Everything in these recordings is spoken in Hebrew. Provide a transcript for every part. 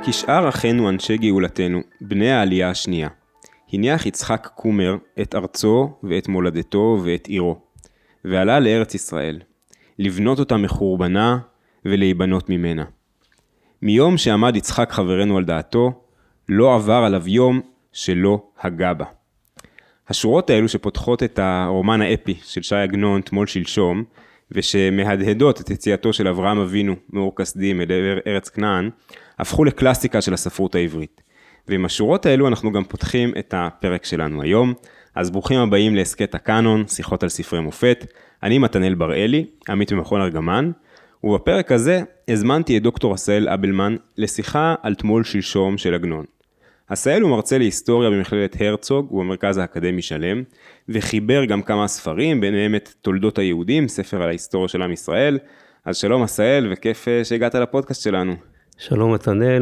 כשאר אחינו אנשי גאולתנו, בני העלייה השנייה, הניח יצחק קומר את ארצו ואת מולדתו ואת עירו, ועלה לארץ ישראל, לבנות אותה מחורבנה ולהיבנות ממנה. מיום שעמד יצחק חברנו על דעתו, לא עבר עליו יום שלא הגע בה. השורות האלו שפותחות את הרומן האפי של ש"י עגנון תמול שלשום, ושמהדהדות את יציאתו של אברהם אבינו מאור כסדים אל ארץ כנען, הפכו לקלאסיקה של הספרות העברית. ועם השורות האלו אנחנו גם פותחים את הפרק שלנו היום. אז ברוכים הבאים להסכת הקאנון, שיחות על ספרי מופת. אני מתנאל בראלי, עמית במכון ארגמן, ובפרק הזה הזמנתי את דוקטור עשהאל אבלמן לשיחה על תמול שלשום של עגנון. עשהאל הוא מרצה להיסטוריה במכללת הרצוג, הוא המרכז האקדמי שלם, וחיבר גם כמה ספרים, ביניהם את תולדות היהודים, ספר על ההיסטוריה של עם ישראל. אז שלום עשהאל, וכיף שהגעת לפודקאסט שלנו. שלום מתנאל,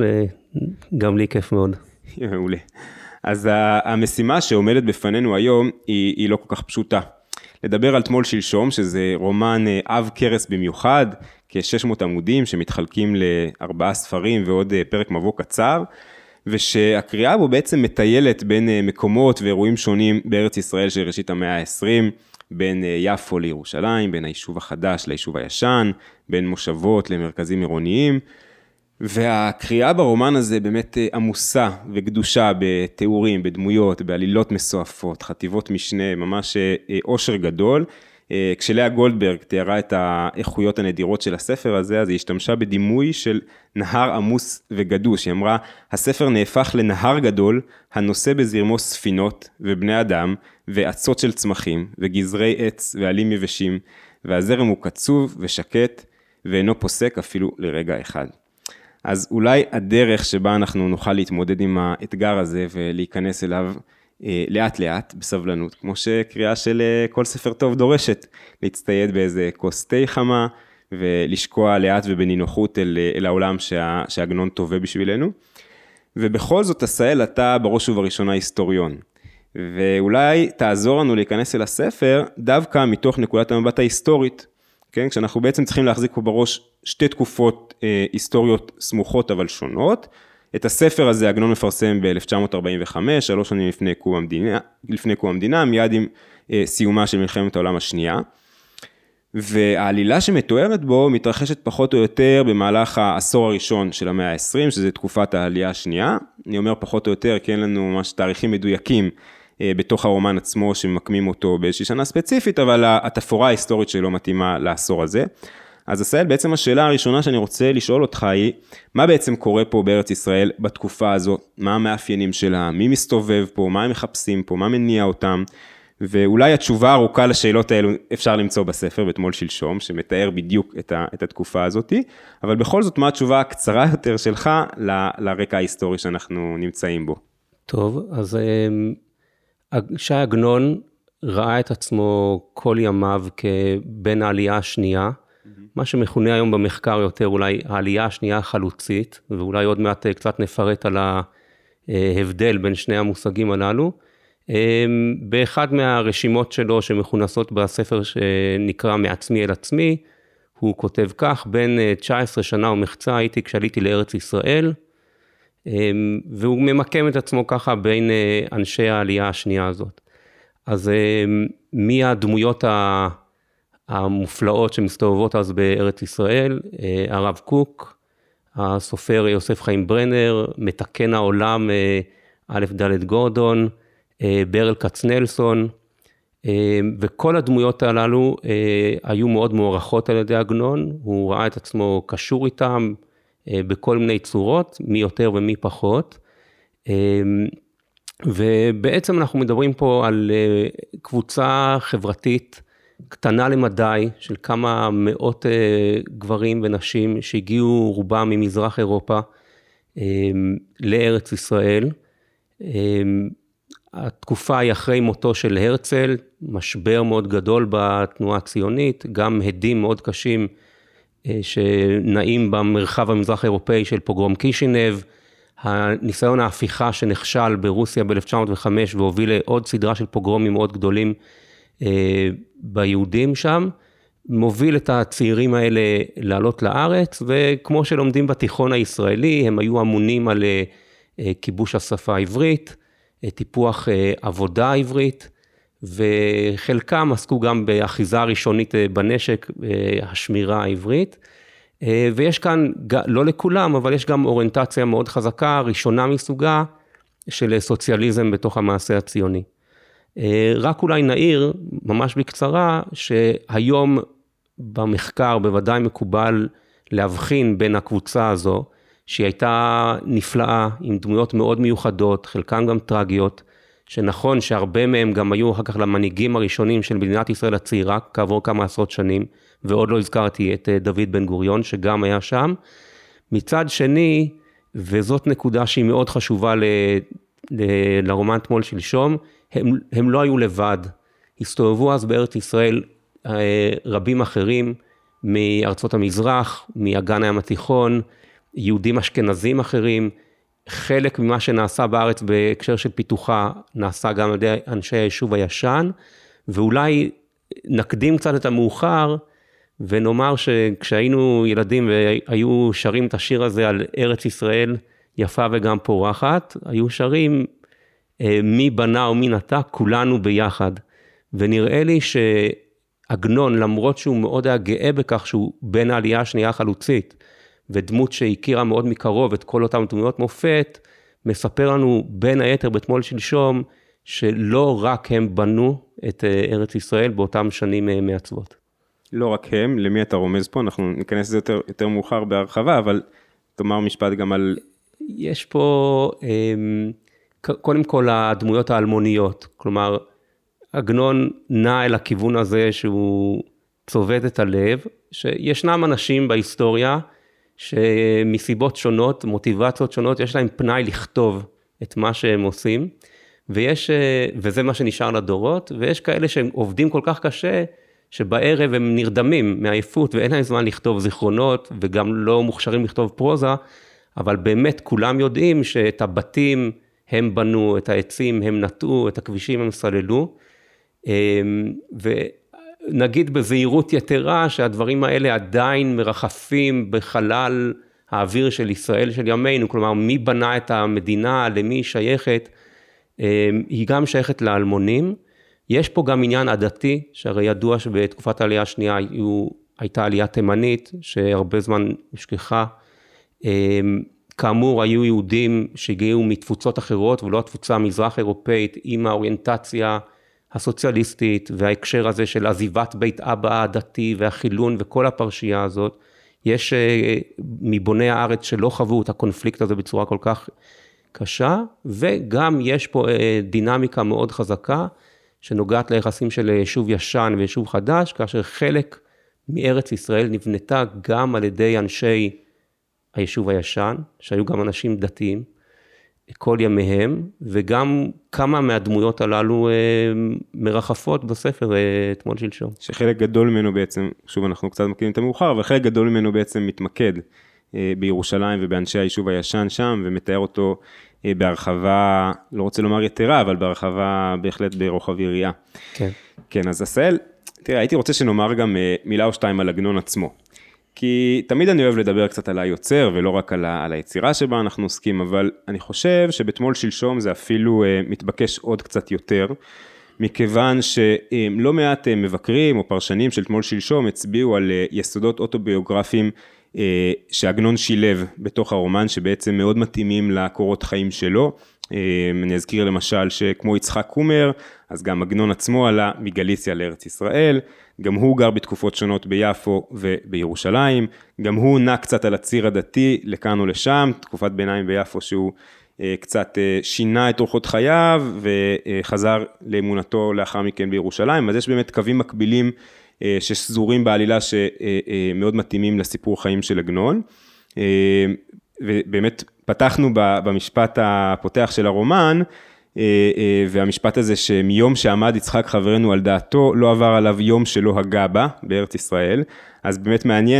גם לי כיף מאוד. מעולה. אז המשימה שעומדת בפנינו היום היא לא כל כך פשוטה. לדבר על תמול שלשום, שזה רומן אב קרס במיוחד, כ-600 עמודים שמתחלקים ל4 ספרים ועוד פרק מבוא קצר, ושהקריאה בו בעצם מטיילת בין מקומות ואירועים שונים בארץ ישראל של ראשית המאה ה-20, בין יפו לירושלים, בין היישוב החדש ליישוב הישן, בין מושבות למרכזים עירוניים, והקריאה ברומן הזה באמת עמוסה וקדושה בתיאורים, בדמויות, בעלילות מסועפות, חטיבות משנה, ממש עושר גדול. כשלאה גולדברג תיארה את האיכויות הנדירות של הספר הזה, אז היא השתמשה בדימוי של נהר עמוס וגדוש. היא אמרה, הספר נהפך לנהר גדול, הנושא בזרמו ספינות ובני אדם, ועצות של צמחים, וגזרי עץ ועלים יבשים, והזרם הוא קצוב ושקט, ואינו פוסק אפילו לרגע אחד. אז אולי הדרך שבה אנחנו נוכל להתמודד עם האתגר הזה, ולהיכנס אליו לאט לאט, בסבלנות, כמו שקריאה של כל ספר טוב דורשת, להצטייד באיזה כוס תה חמה, ולשקוע לאט ובנינוחות אל העולם שהעגנון טובה בשבילנו. ובכל זאת עשהאל, אתה בראש ובראשונה היסטוריון, ואולי תעזור לנו להיכנס אל הספר, דווקא מתוך נקודת המבט ההיסטורית, כן? כשאנחנו בעצם צריכים להחזיק פה בראש שתי תקופות היסטוריות סמוכות אבל שונות. את הספר הזה עגנון מפרסם ב-1945, 3 שנים לפני קום המדינה, מיד עם סיומה של מלחמת העולם השנייה. והעלילה שמתוארת בו מתרחשת פחות או יותר במהלך העשור הראשון של המאה ה-20, שזה תקופת העלייה השנייה. אני אומר פחות או יותר, כי אין לנו ממש תאריכים מדויקים בתוך הרומן עצמו שמקמים אותו באיזושהי שנה ספציפית, אבל התפאורה ההיסטורית שלו מתאימה לעשור הזה. אז עשהאל, בעצם השאלה הראשונה שאני רוצה לשאול אותך היא, מה בעצם קורה פה בארץ ישראל בתקופה הזו? מה המאפיינים שלה? מי מסתובב פה? מה הם מחפשים פה? מה מניע אותם? ואולי התשובה הארוכה לשאלות האלו אפשר למצוא בספר בתמול שלשום, שמתאר בדיוק את התקופה הזאת, אבל בכל זאת, מה התשובה הקצרה יותר שלך לרקע ההיסטורי שאנחנו נמצאים בו? טוב, אז ש"י עגנון ראה את עצמו כל ימיו כבן העלייה השנייה, מה שמכונה היום במחקר יותר אולי העלייה השנייה החלוצית, ואולי עוד מעט קצת נפרט על ההבדל בין שני המושגים הללו. באחד מהרשימות שלו שמכונסות בספר שנקרא מעצמי אל עצמי, הוא כותב כך, בין 19 שנה ומחצה הייתי כשעליתי לארץ ישראל, והוא ממקם את עצמו ככה בין אנשי העלייה השנייה הזאת. אז מי הדמויות המופלאות שמסתובבות אז בארץ ישראל? הרב קוק, הסופר יוסף חיים ברנר, מתקן העולם א' ד' גורדון, ברל כצנלסון, וכל הדמויות הללו היו מאוד מוערכות על ידי עגנון, הוא ראה את עצמו קשור איתם בכל מיני צורות, מי יותר ומי פחות, ובעצם אנחנו מדברים פה על קבוצה חברתית קטנה למדי, של כמה מאות גברים ונשים שהגיעו רובם ממזרח אירופה לארץ ישראל. התקופה היא אחרי מותו של הרצל, משבר מאוד גדול בתנועה הציונית, גם הדים מאוד קשים שנעים במרחב המזרח אירופאי של פוגרום קישינב, הניסיון ההפיכה שנכשל ברוסיה ב-1905 והוביל לעוד סדרה של פוגרומים מאוד גדולים ביהודים שם, מוביל את הצעירים האלה לעלות לארץ, וכמו שלומדים בתיכון הישראלי, הם היו אמונים על כיבוש השפה העברית, טיפוח עבודה עברית, וחלקם עסקו גם באחיזה ראשונית בנשק, השמירה העברית, ויש כאן, לא לכולם, אבל יש גם אוריינטציה מאוד חזקה, ראשונה מסוגה, של סוציאליזם בתוך המעשה הציוני. רק אולי נעיר, ממש בקצרה, שהיום במחקר בוודאי מקובל להבחין בין הקבוצה הזו, שהיא הייתה נפלאה, עם דמויות מאוד מיוחדות, חלקן גם טרגיות, שנכון שהרבה מהם גם היו אחר כך למנהיגים הראשונים של מדינת ישראל הצעירה, כעבור כמה עשרות שנים, ועוד לא הזכרתי את דוד בן גוריון, שגם היה שם. מצד שני, וזאת נקודה שהיא מאוד חשובה לרומן תמול שלשום, הם לא היו לבד. הסתובבו אז בארץ ישראל רבים אחרים, מארצות המזרח, מאגן הים התיכון, יהודים אשכנזים אחרים, חלק ממה שנעשה בארץ בהקשר של פיתוחה, נעשה גם על ידי אנשי היישוב הישן, ואולי נקדים קצת את המאוחר, ונאמר שכשהיינו ילדים והיו שרים את השיר הזה על ארץ ישראל יפה וגם פורחת, היו שרים מי בנה ומי נטע, כולנו ביחד. ונראה לי שעגנון, למרות שהוא מאוד היה גאה בכך שהוא בן העלייה השנייה החלוצית, ודמות שהכירה מאוד מקרוב את כל אותם דמויות מופת, מספר לנו בין היתר בתמול שלשום, שלא רק הם בנו את ארץ ישראל באותם שנים מעצבות. לא רק הם, למי אתה רומז פה? אנחנו ניכנס לזה יותר מאוחר בהרחבה, אבל תאמר משפט גם על... יש פה, קודם כל הדמויות האלמוניות, כלומר, עגנון נע אל הכיוון הזה שהוא צובט את הלב, שישנם אנשים בהיסטוריה, שמסיבות שונות, מוטיבציות שונות, יש להם פנאי לכתוב את מה שהם עושים, וזה מה שנשאר לדורות, ויש כאלה שהם עובדים כל כך קשה, שבערב הם נרדמים מעייפות, ואין להם זמן לכתוב זיכרונות, וגם לא מוכשרים לכתוב פרוזה, אבל באמת כולם יודעים שאת הבתים הם בנו, את העצים הם נטעו, את הכבישים הם סללו, ונגיד בזהירות יתרה, שהדברים האלה עדיין מרחפים בחלל האוויר של ישראל של ימינו, כלומר מי בנה את המדינה, למי היא שייכת, היא גם שייכת לאלמונים, יש פה גם עניין עדתי, שהרי ידוע שבתקופת העלייה השנייה הייתה עלייה תימנית, שהרבה זמן נשכחה, כאמור היו יהודים שהגיעו מתפוצות אחרות, ולא התפוצה המזרח אירופאית, עם האוריינטציה הסוציאליסטית, וההקשר הזה של עזיבת בית אבא הדתי, והחילון וכל הפרשייה הזאת, יש מבוני הארץ שלא חוו את הקונפליקט הזה בצורה כל כך קשה, וגם יש פה דינמיקה מאוד חזקה, שנוגעת ליחסים של יישוב ישן ויישוב חדש, כאשר חלק מארץ ישראל נבנתה גם על ידי אנשי היישוב הישן, שהיו גם אנשים דתיים, כל ימיהם, וגם כמה מהדמויות הללו מרחפות בספר תמול שלשום. שחלק גדול ממנו בעצם, שוב אנחנו קצת מכירים את המאוחר, אבל חלק גדול ממנו בעצם מתמקד בירושלים ובאנשי היישוב הישן שם, ומתאר אותו בהרחבה, לא רוצה לומר יתרה, אבל בהרחבה בהחלט ברוחב יריעה. כן. כן, אז עשהאל, תראה, הייתי רוצה שנאמר גם מילה או שתיים על עגנון עצמו. כי תמיד אני אוהב לדבר קצת על היוצר, ולא רק על היצירה שבה אנחנו עוסקים, אבל אני חושב שבתמול שלשום זה אפילו מתבקש עוד קצת יותר, מכיוון שלא מעט מבקרים או פרשנים של תמול שלשום הצביעו על יסודות אוטוביוגרפיים שעגנון שילב בתוך הרומן, שבעצם מאוד מתאימים לקורות חיים שלו. אני אזכיר למשל שכמו יצחק קומר, אז גם עגנון עצמו עלה מגליציה לארץ ישראל, גם הוא גר בתקופות שונות ביפו ובירושלים, גם הוא נע קצת על הציר הדתי לכאן או לשם, תקופת ביניים ביפו שהוא קצת שינה את אורחות חייו וחזר לאמונתו לאחר מכן בירושלים, אז יש באמת קווים מקבילים ששזורים בעלילה שמאוד מתאימים לסיפור חיים של עגנון, ובאמת פתחנו במשפט הפותח של הרומן, והמשפט הזה שמיום שעמד יצחק חברנו על דעתו, לא עבר עליו יום שלא הגע בה בארץ ישראל, אז באמת מעניין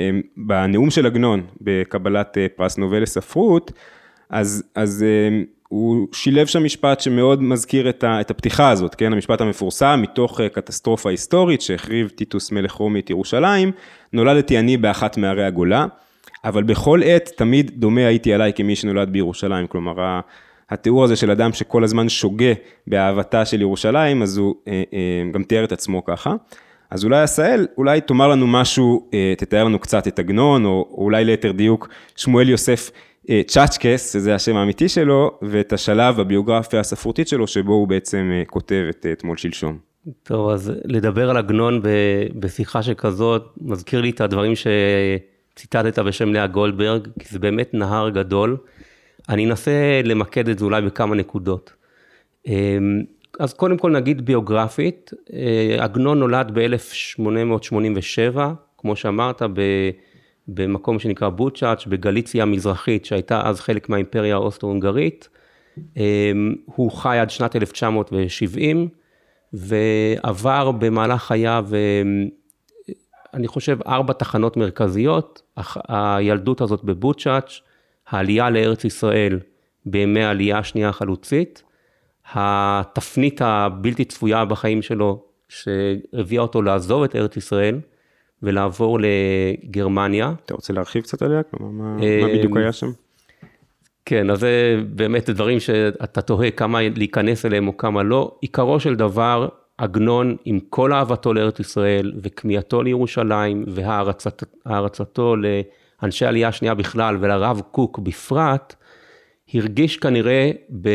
שבנאום של עגנון, בקבלת פרס נובל לספרות, אז הוא שילב שם משפט שמאוד מזכיר את הפתיחה הזאת, כן? המשפט המפורסם, מתוך קטסטרופה היסטורית שהחריב טיטוס מלך רומי את ירושלים, נולדתי אני באחת מערי הגולה, אבל בכל עת תמיד דומה הייתי עליי כמי שנולד בירושלים, כלומר התיאור הזה של אדם שכל הזמן שוגה באהבתה של ירושלים, אז הוא גם תיאר את עצמו ככה. אז אולי עשאל, אולי תאמר לנו משהו, תתאר לנו קצת את עגנון, או אולי ליתר דיוק שמואל יוסף צ'אצ'קס, שזה השם האמיתי שלו, ואת השלב הביוגרפיה הספרותית שלו, שבו הוא בעצם כותב את תמול שלשום. טוב, אז לדבר על עגנון בשיחה שכזאת, מזכיר לי את הדברים שציטטת בשם לאה גולדברג, כי זה באמת נהר גדול. אני אנסה למקד את זה אולי בכמה נקודות. אז קודם כל נגיד ביוגרפית, עגנון נולד ב-1887, כמו שאמרת, במקום שנקרא בוצ'אץ' בגליציה המזרחית, שהייתה אז חלק מהאימפריה האוסטרו-הונגרית. הוא חי עד שנת 1970, ועבר במהלך חייו, אני חושב, 4 תחנות מרכזיות, הילדות הזאת בבוצ'אץ', העלייה לארץ ישראל בימי העלייה השנייה החלוצית, התפנית הבלתי צפויה בחיים שלו, שהביאה אותו לעזוב את ארץ ישראל, ולעבור לגרמניה. אתה רוצה להרחיב קצת עליה? מה בדיוק היה שם? כן, אז זה באמת דברים שאתה תוהה כמה להיכנס אליהם או כמה לא. עיקרו של דבר, עגנון עם כל אהבתו לארץ ישראל, וכמיהתו לירושלים, והערצתו לאנשי העלייה השנייה בכלל, ולרב קוק בפרט, הרגיש כנראה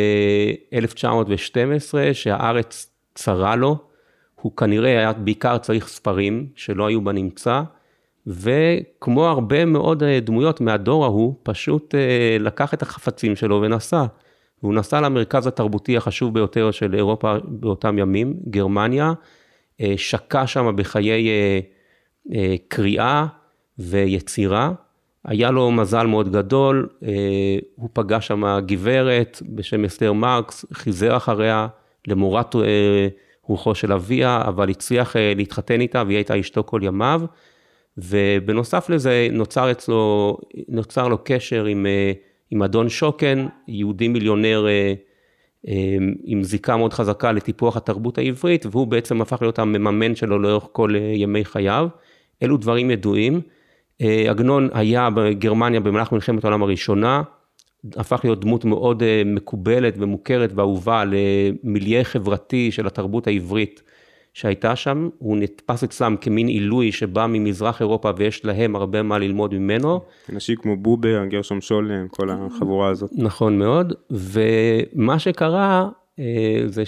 ב-1912 שהארץ צרה לו, הוא כנראה היה בעיקר צריך ספרים שלא היו בנמצא, וכמו הרבה מאוד דמויות מהדור ההוא, פשוט לקח את החפצים שלו ונסע. והוא נסע למרכז התרבותי החשוב ביותר של אירופה באותם ימים, גרמניה, שקע שם בחיי קריאה ויצירה, היה לו מזל מאוד גדול, הוא פגש שם גברת בשם אסתר מרקס, חיזר אחריה למורת רוחו של אביה, אבל הצליח להתחתן איתה והיא הייתה אשתו כל ימיו, ובנוסף לזה נוצר לו קשר עם אדון שוקן, יהודי מיליונר עם זיקה מאוד חזקה לטיפוח התרבות העברית, והוא בעצם הפך להיות המממן שלו לאורך כל ימי חייו. אלו דברים ידועים. עגנון היה בגרמניה במהלך מלחמת העולם הראשונה, הפך להיות דמות מאוד מקובלת ומוכרת ואהובה למיליה חברתי של התרבות העברית שהייתה שם. הוא נתפס אצלם כמין עילוי שבא ממזרח אירופה ויש להם הרבה מה ללמוד ממנו. אנשים כמו בובר, גרשום שולם, כל החבורה הזאת. נכון מאוד, ומה שקרה זה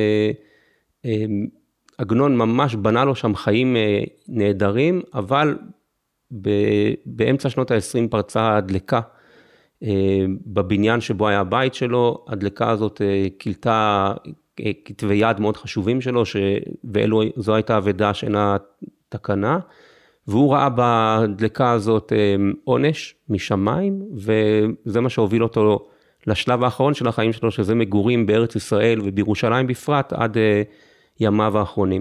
שעגנון ממש בנה לו שם חיים נהדרים, אבל באמצע שנות ה-20 פרצה הדלקה בבניין שבו היה הבית שלו. הדלקה הזאת קלטה כתבי יד מאוד חשובים שלו, וזו הייתה עבדה שאינה תקנה, והוא ראה בדלקה הזאת עונש משמיים, וזה מה שהוביל אותו לשלב האחרון של החיים שלו, שזה מגורים בארץ ישראל ובירושלים בפרט, עד ימיו האחרונים.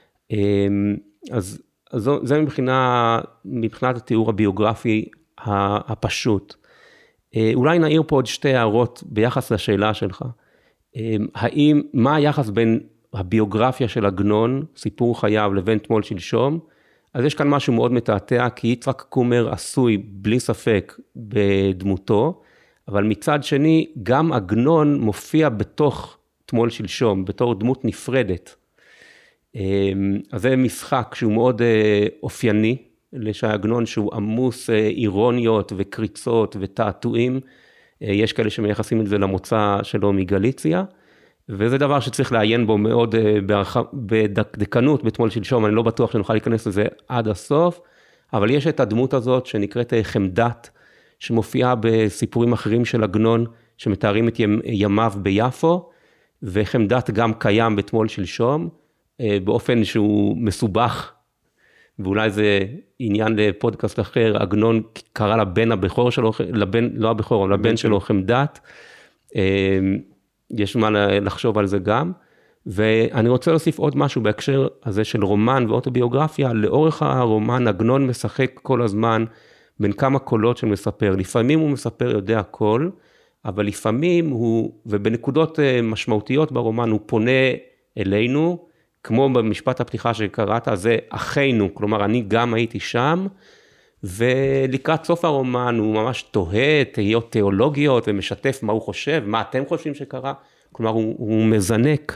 אז זה מבחינת התיאור הביוגרפי הפשוט. אולי נעיר פה עוד 2 הערות ביחס לשאלה שלך. מה היחס בין הביוגרפיה של עגנון, סיפור חייו, לבין תמול שלשום? אז יש כאן משהו מאוד מתעתע, כי יצחק קומר עשוי בלי ספק בדמותו, אבל מצד שני, גם עגנון מופיע בתוך תמול שלשום, בתור דמות נפרדת. אז זה משחק שהוא מאוד אופייני לשי עגנון, שהוא עמוס אירוניות וקריצות ותעתועים. יש כאלה שמייחסים את זה למוצא שלו מגליציה, וזה דבר שצריך לעיין בו מאוד בדקדקנות בתמול שלשום. אני לא בטוח שנוכל להיכנס לזה עד הסוף, אבל יש את הדמות הזאת שנקראת חמדת, שמופיעה בסיפורים אחרים של עגנון, שמתארים את ימיו ביפו, וחמדת גם קיים בתמול שלשום, באופן שהוא מסובך, ואולי זה עניין לפודקאסט אחר. עגנון קרא לבן הבכור שלו, לא הבכור, אבל לבן שלו חמדת. יש מה לחשוב על זה גם. ואני רוצה להוסיף עוד משהו בהקשר הזה של רומן ואוטוביוגרפיה. לאורך הרומן עגנון משחק כל הזמן בין כמה קולות של מספר. לפעמים הוא מספר יודע הכל, אבל לפעמים הוא, ובנקודות משמעותיות ברומן, הוא פונה אלינו, כמו במשפט הפתיחה שקראת, זה אחינו, כלומר אני גם הייתי שם, ולקראת סוף הרומן הוא ממש תוהה, תהיות תיאולוגיות, ומשתף מה הוא חושב, מה אתם חושבים שקרה, כלומר הוא מזנק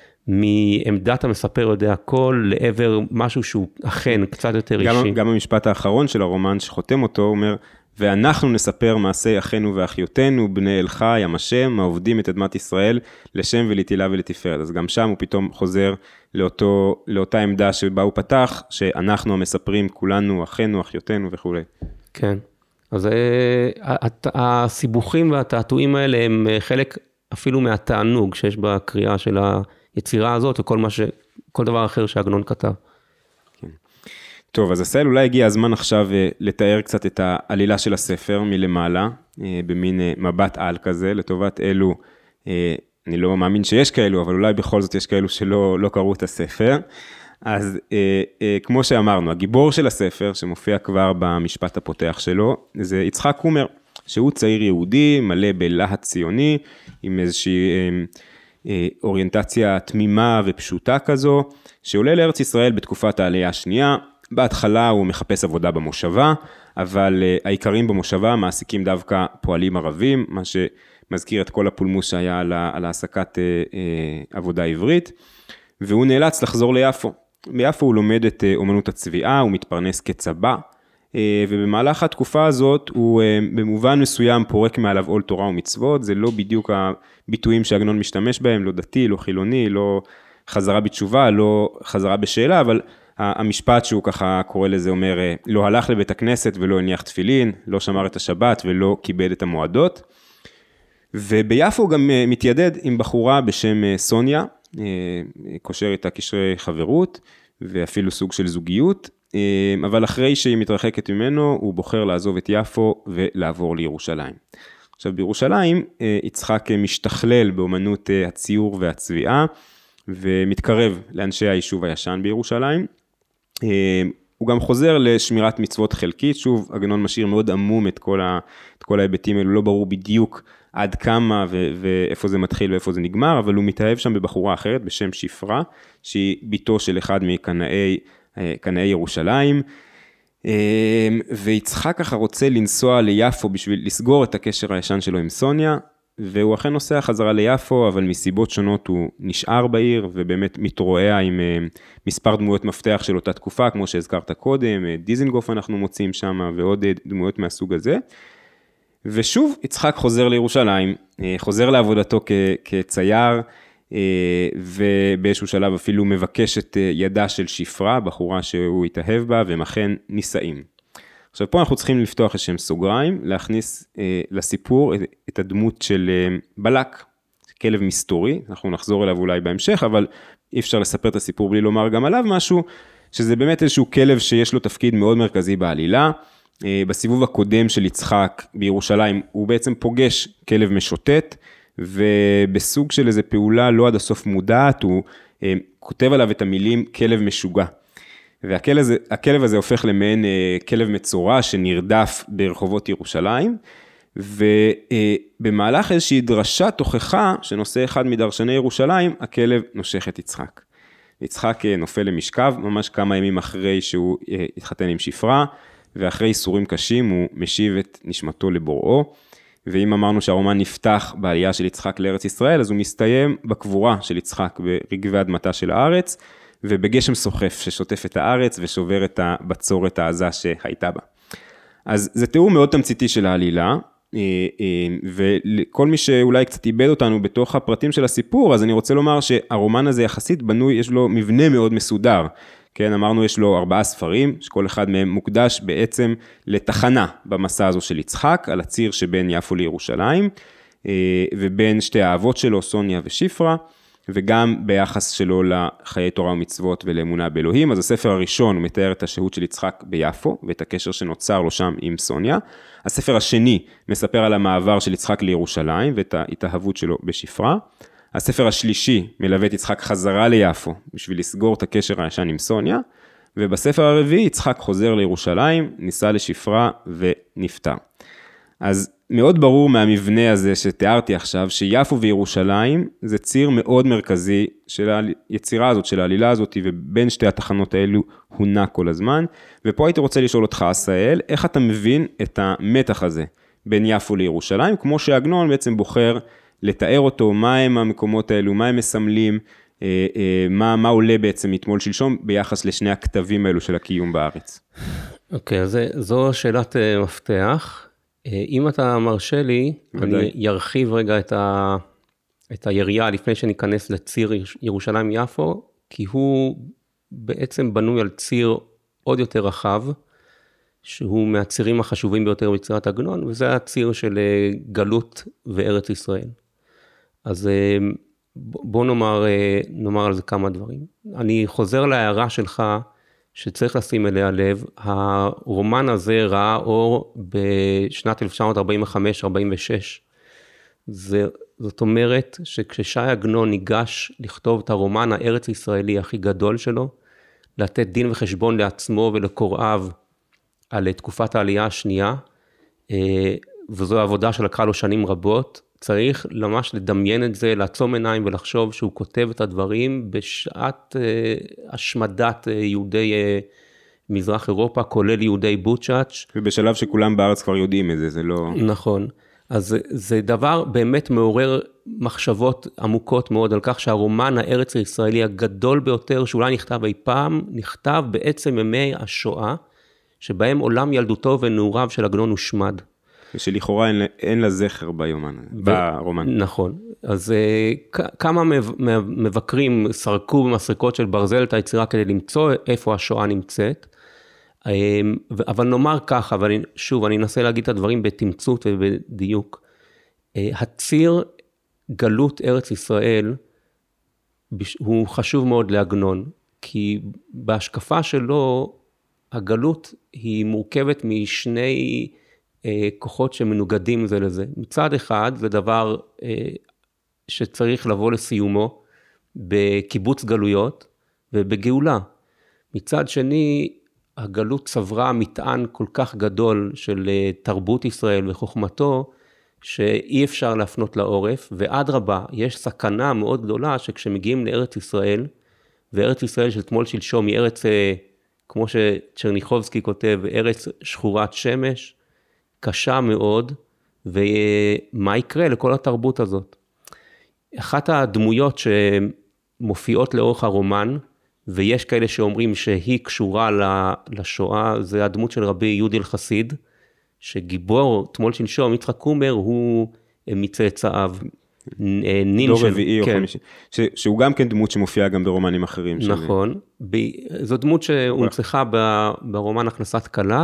מעמדת המספר יודע הכל, לעבר משהו שהוא אכן קצת יותר אישי. גם המשפט האחרון של הרומן שחותם אותו, הוא אומר, ואנחנו נספר מעשי אחינו ואחיותינו, בני אל חי, עם השם, העובדים את אדמת ישראל, לשם ולתהילה ולתפארת. אז גם שם הוא פתאום חוזר לאותה עמדה שבה הוא פתח, שאנחנו המספרים, כולנו, אחינו, אחיותינו וכו'. כן, אז הסיבוכים והתעתועים האלה הם חלק אפילו מהתענוג שיש בקריאה של היצירה הזאת, וכל דבר אחר שעגנון כתב. טוב, אז עשהאל, אולי הגיע הזמן עכשיו לתאר קצת את העלילה של הספר מלמעלה, במין מבט על כזה, לטובת אלו, אני לא מאמין שיש כאלו, אבל אולי בכל זאת יש כאלו שלא קראו את הספר. אז כמו שאמרנו, הגיבור של הספר, שמופיע כבר במשפט הפותח שלו, זה יצחק קומר, שהוא צעיר יהודי, מלא בלהט ציוני, עם איזושהי אוריינטציה תמימה ופשוטה כזו, שעולה לארץ ישראל בתקופת העלייה השנייה. בהתחלה הוא מחפש עבודה במושבה, אבל העיקרים במושבה מעסיקים דווקא פועלים ערבים, מה שמזכיר את כל הפולמוס שהיה על העסקת עבודה עברית, והוא נאלץ לחזור ליפו. ביפו הוא לומד את אומנות הצביעה, הוא מתפרנס כצבא, ובמהלך התקופה הזאת הוא במובן מסוים פורק מעליו עול תורה ומצוות, זה לא בדיוק הביטויים שעגנון משתמש בהם, לא דתי, לא חילוני, לא חזרה בתשובה, לא חזרה בשאלה, אבל המשפט שהוא ככה קורא לזה אומר, לא הלך לבית הכנסת ולא הניח תפילין, לא שמר את השבת ולא כיבד את המועדות. וביפו הוא גם מתיידד עם בחורה בשם סוניה, קושר איתה קשרי חברות ואפילו סוג של זוגיות, אבל אחרי שהיא מתרחקת ממנו, הוא בוחר לעזוב את יפו ולעבור לירושלים. עכשיו בירושלים, יצחק משתכלל באמנות הציור והצביעה, ומתקרב לאנשי היישוב הישן בירושלים. הוא גם חוזר לשמירת מצוות חלקית, שוב, עגנון משאיר מאוד עמום את כל ההיבטים האלו, לא ברור בדיוק עד כמה ואיפה זה מתחיל ואיפה זה נגמר, אבל הוא מתאהב שם בבחורה אחרת בשם שפרה, שהיא ביתו של אחד מקנאי ירושלים, ויצחק ככה רוצה לנסוע ליפו בשביל לסגור את הקשר הישן שלו עם סוניה, והוא אכן נוסע חזרה ליפו, אבל מסיבות שונות הוא נשאר בעיר, ובאמת מתרועע עם מספר דמויות מפתח של אותה תקופה, כמו שהזכרת קודם, דיזנגוף אנחנו מוצאים שם, ועוד דמויות מהסוג הזה. ושוב, יצחק חוזר לירושלים, חוזר לעבודתו כצייר, ובאיזשהו שלב אפילו מבקש את ידה של שפרה, בחורה שהוא התאהב בה, והם אכן נישאים. עכשיו פה אנחנו צריכים לפתוח איזשהם סוגריים, להכניס לסיפור את הדמות של בלק, כלב מסתורי, אנחנו נחזור אליו אולי בהמשך, אבל אי אפשר לספר את הסיפור בלי לומר גם עליו משהו, שזה באמת איזשהו כלב שיש לו תפקיד מאוד מרכזי בעלילה. בסיבוב הקודם של יצחק בירושלים, הוא בעצם פוגש כלב משוטט, ובסוג של איזו פעולה לא עד הסוף מודעת, הוא כותב עליו את המילים כלב משוגע. והכלב הזה הופך למעין כלב מצורע שנרדף ברחובות ירושלים, ובמהלך איזושהי דרשת תוכחה שנושא אחד מדרשני ירושלים, הכלב נושך את יצחק. יצחק נופל למשכב, ממש כמה ימים אחרי שהוא התחתן עם שפרה, ואחרי איסורים קשים הוא משיב את נשמתו לבוראו, ואם אמרנו שהרומן נפתח בעלייה של יצחק לארץ ישראל, אז הוא מסתיים בקבורה של יצחק ברגבי אדמתה של הארץ, ובגשם סוחף ששוטף את הארץ ושובר את הבצורת העזה שהייתה בה. אז זה תיאור מאוד תמציתי של העלילה, וכל מי שאולי קצת איבד אותנו בתוך הפרטים של הסיפור, אז אני רוצה לומר שהרומן הזה יחסית בנוי, יש לו מבנה מאוד מסודר. כן, אמרנו יש לו 4 ספרים, שכל אחד מהם מוקדש בעצם לתחנה במסע הזו של יצחק, על הציר שבין יפו לירושלים, ובין שתי האהבות שלו, סוניה ושפרה, וגם ביחס שלו לחיי תורה ומצוות ולאמונה באלוהים. אז הספר הראשון הוא מתאר את השהות של יצחק ביפו, ואת הקשר שנוצר לו שם עם סוניה. הספר השני מספר על המעבר של יצחק לירושלים, ואת ההתאהבות שלו בשפרה. הספר השלישי מלווה את יצחק חזרה ליפו, בשביל לסגור את הקשר הישן עם סוניה. ובספר הרביעי יצחק חוזר לירושלים, ניסה לשפרה ונפטר. אז מאוד ברור מהמבנה הזה שתיארתי עכשיו, שיפו וירושלים זה ציר מאוד מרכזי של היצירה הזאת, של העלילה הזאת, ובין שתי התחנות האלו הוא נע כל הזמן, ופה הייתי רוצה לשאול אותך, עשאל, איך אתה מבין את המתח הזה בין יפו לירושלים, כמו שעגנון בעצם בוחר לתאר אותו, מה הם המקומות האלו, מה הם מסמלים, מה עולה בעצם מתמול שלשום ביחס לשני הכתבים האלו של הקיום בארץ. אוקיי, אז זו שאלת מפתח. אם אתה מרשה לי, אני ארחיב רגע את היריעה לפני שניכנס לציר ירושלים-יפו, כי הוא בעצם בנוי על ציר עוד יותר רחב, שהוא מהצירים החשובים ביותר ביצירת עגנון, וזה הציר של גלות וארץ ישראל. אז בוא נאמר על זה כמה דברים. אני חוזר להערה שלך, שצריך לשים אליה לב, הרומן הזה ראה אור בשנת 1945-46. זאת אומרת שכששי עגנון ניגש לכתוב את הרומן הארץ ישראלי הכי גדול שלו, לתת דין וחשבון לעצמו ולקוראיו על תקופת העלייה השנייה, וזו עבודה שלקחה לו שנים רבות, צריך ממש לדמיין את זה, לעצום עיניים ולחשוב שהוא כותב את הדברים בשעת השמדת יהודי מזרח אירופה, כולל יהודי בוצ'אץ'. ובשלב שכולם בארץ כבר יודעים את זה, זה לא... נכון. אז זה דבר באמת מעורר מחשבות עמוקות מאוד על כך שהרומן הארץ הישראלי הגדול ביותר, שאולי נכתב אי פעם, נכתב בעצם ימי השואה, שבהם עולם ילדותו ונעוריו של עגנון הושמד. ושלכאורה אין לה זכר ברומן. נכון. אז כמה מבקרים סרקו במסריקות של ברזל את היצירה כדי למצוא איפה השואה נמצאת. אבל נאמר ככה, שוב, אני אנסה להגיד את הדברים בתמצות ובדיוק. הציר גלות ארץ ישראל הוא חשוב מאוד לעגנון, כי בהשקפה שלו הגלות היא מורכבת משני כוחות שמנוגדים זה לזה. מצד אחד זה דבר שצריך לבוא לסיומו בקיבוץ גלויות ובגאולה. מצד שני הגלות צברה מטען כל כך גדול של תרבות ישראל וחוכמתו שאי אפשר להפנות לעורף, ואדרבה יש סכנה מאוד גדולה שכשמגיעים לארץ ישראל, וארץ ישראל של תמול שלשום היא ארץ, כמו שצ'רניחובסקי כותב, ארץ שחורת שמש, קשה מאוד, ומה יקרה לכל התרבות הזאת? אחת הדמויות שמופיעות לאורך הרומן, ויש כאלה שאומרים שהיא קשורה לשואה, זה הדמות של רבי יהודה אלחסיד, שגיבור תמול שלשום, יצחק קומר, הוא מצאצאיו. דור רביעי או חמישי, שהוא גם כן דמות שמופיעה גם ברומנים אחרים. נכון, זו דמות שהונצחה ברומן הכנסת כלה,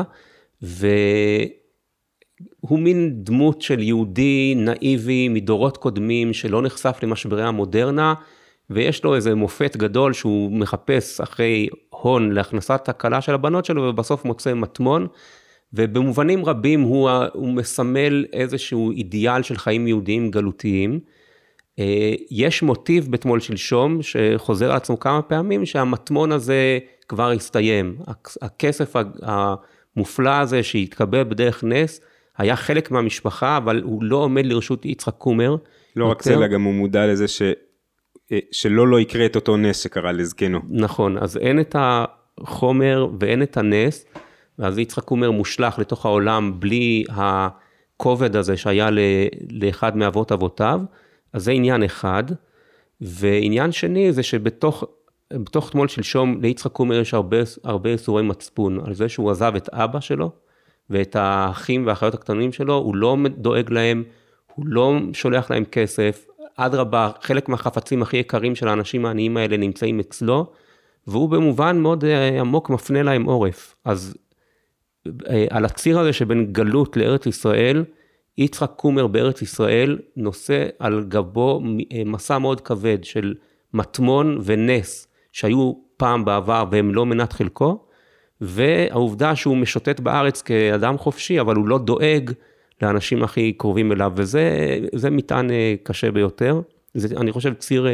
הוא מין דמות של יהודי נאיבי מדורות קודמים שלא נחשף למשברי המודרנה, ויש לו איזה מופת גדול שהוא מחפש אחרי הון להכנסת הכלה של הבנות שלו, ובסוף מוצא מטמון, ובמובנים רבים הוא מסמל איזשהו אידיאל של חיים יהודיים גלותיים. יש מוטיב בתמול שלשום שחוזר על עצמו כמה פעמים שהמטמון הזה כבר הסתיים. הכסף המופלא הזה שהתקבל בדרך נס, היה חלק מהמשפחה, אבל הוא לא עומד לרשות יצחק קומר. לא רק זה, אלא גם הוא מודע לזה שלא לא יקרה את אותו נס שקרה לזקנו. נכון, אז אין את החומר ואין את הנס, ואז יצחק קומר מושלח לתוך העולם בלי הכובד הזה שהיה לאחד מאבות אבותיו, אז זה עניין אחד, ועניין שני זה שבתוך תמול שלשום ליצחק קומר יש הרבה איסורי מצפון, על זה שהוא עזב את אבא שלו, ואת האחים והאחיות הקטנים שלו, הוא לא דואג להם, הוא לא שולח להם כסף, אדרבה, חלק מהחפצים הכי יקרים של האנשים העניים האלה נמצאים אצלו, והוא במובן מאוד עמוק מפנה להם עורף. אז על הציר הזה שבין גלות לארץ ישראל, יצחק קומר בארץ ישראל נושא על גבו מסע מאוד כבד של מטמון ונס, שהיו פעם בעבר והם לא מנת חלקו, והעובדה שהוא משוטט בארץ כאדם חופשי, אבל הוא לא דואג לאנשים הכי קרובים אליו, וזה מטען קשה ביותר. זה, אני חושב, ציר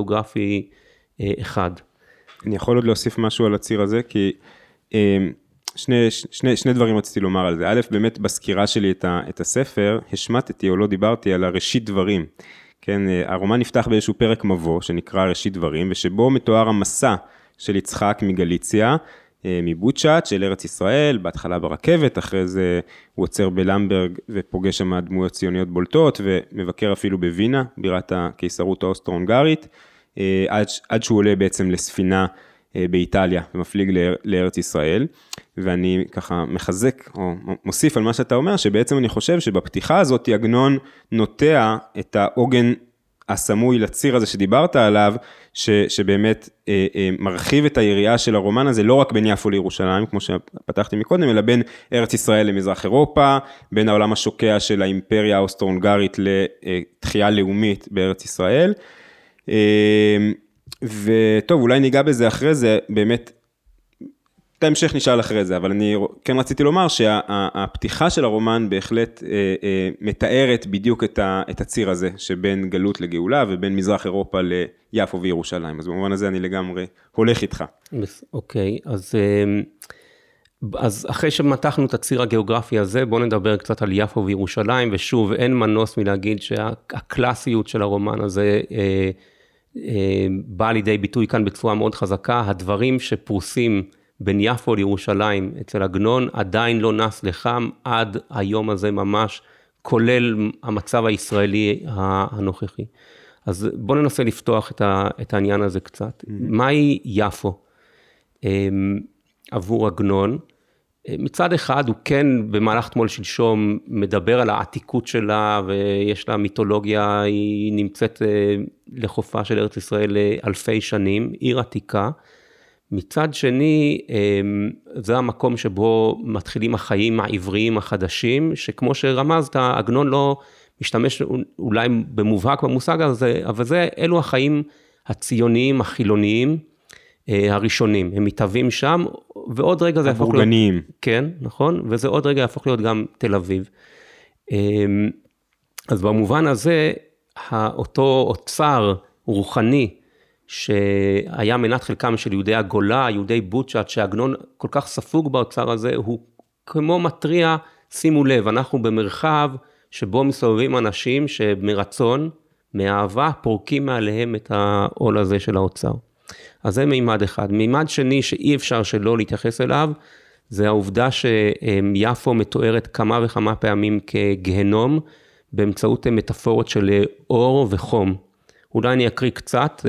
גיאוגרפי אחד. אני יכול עוד להוסיף משהו על הציר הזה, כי שני דברים רציתי לומר על זה. א', באמת בסקירה שלי את הספר, השמטתי או לא דיברתי על הראשית דברים. כן, הרומן נפתח באיזשהו פרק מבוא שנקרא ראשית דברים, ושבו מתואר המסע של יצחק מגליציה, מבוצ'אץ' של ארץ ישראל, בהתחלה ברכבת, אחרי זה הוא עוצר בלמברג ופוגש שם דמויות ציוניות בולטות, ומבקר אפילו בווינה, בירת הקיסרות האוסטרו-הונגרית, עד שהוא עולה בעצם לספינה באיטליה, ומפליג לארץ ישראל, ואני ככה מחזק, או מוסיף על מה שאתה אומר, שבעצם אני חושב שבפתיחה הזאת, עגנון נוטע את העוגן הסמוי לציר הזה שדיברת עליו, שבאמת מרחיב את היריעה של הרומן הזה, לא רק בין יפו לירושלים, כמו שפתחתי מקודם, אלא בין ארץ ישראל למזרח אירופה, בין העולם השוקע של האימפריה האוסטרו-הונגרית לתחייה לאומית בארץ ישראל, וטוב, אולי ניגע בזה אחרי זה, באמת, את ההמשך נשאל אחרי זה, אבל אני כן רציתי לומר שהפתיחה של הרומן בהחלט מתארת בדיוק את הציר הזה, שבין גלות לגאולה, ובין מזרח אירופה ליפו וירושלים, אז במובן הזה אני לגמרי הולך איתך. אוקיי, אז אחרי שמתחנו את הציר הגיאוגרפי הזה, בואו נדבר קצת על יפו וירושלים, ושוב, אין מנוס מלהגיד שהקלאסיות של הרומן הזה, בא לידי ביטוי כאן בצורה מאוד חזקה, הדברים שפרוסים בין יפו לירושלים אצל עגנון, עדיין לא נס לחם עד היום הזה ממש, כולל המצב הישראלי הנוכחי. אז בואו ננסה לפתוח את העניין הזה קצת. מהי יפו עבור עגנון? מצד אחד הוא כן במהלך תמול שלשום מדבר על העתיקות שלה, ויש לה מיתולוגיה, היא נמצאת לחופה של ארץ ישראל אלפי שנים, עיר עתיקה. מצד שני, זה המקום שבו מתחילים החיים העבריים החדשים, שכמו שרמזת, עגנון לא משתמש אולי במובהק במושג הזה, אבל אלו החיים הציוניים, החילוניים, הראשונים, הם מתהווים שם, ועוד רגע זה יהפוך להיות, כן, נכון, וזה עוד רגע יהפוך להיות גם תל אביב. אז במובן הזה, אותו אוצר רוחני, שהיה מנת חלקם של יהודי הגולה, יהודי בוצ'אץ', שעגנון כל כך ספוג באוצר הזה, הוא כמו מטריע, שימו לב, אנחנו במרחב שבו מסובבים אנשים שמרצון, מאהבה, פורקים מעליהם את העול הזה של האוצר. אז זה מימד אחד. מימד שני שאי אפשר שלא להתייחס אליו, זה העובדה שיפו מתוארת כמה וכמה פעמים כגהנום, באמצעות מטאפורות של אור וחום. אולי אני אקריא קצת,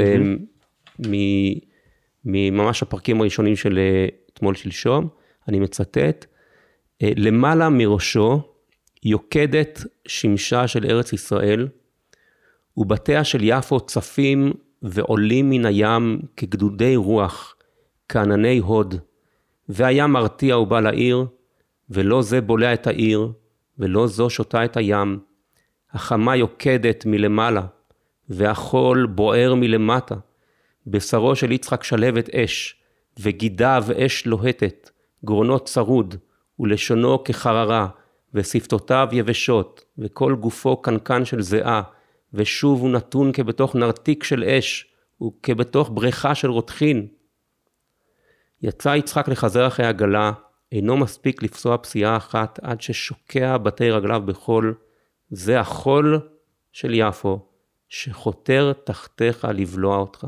ממש הפרקים הראשונים של תמול שלשום, אני מצטט, למעלה מראשו יוקדת שמשה של ארץ ישראל, ובתיה של יפו צפים ועולים מן הים כגדודי רוח, כענני הוד, והים מרתיע ובא לעיר, ולא זה בולע את העיר, ולא זו שותה את הים, החמה יוקדת מלמעלה, והחול בוער מלמטה, בשרו של יצחק שלבת אש, וגידיו אש לוהטת, גרונות צרוד, ולשונו כחררה, ושפתותיו יבשות, וכל גופו קנקן של זיעה, ושוב הוא נתון כבתוך נרתיק של אש, וכבתוך בריכה של רותחין. יצא יצחק לחזר אחרי הגלה, אינו מספיק לפסוע פסיעה אחת, עד ששוקע בתי רגליו בחול, זה החול של יפו, שחותר תחתיך לבלוע אותך.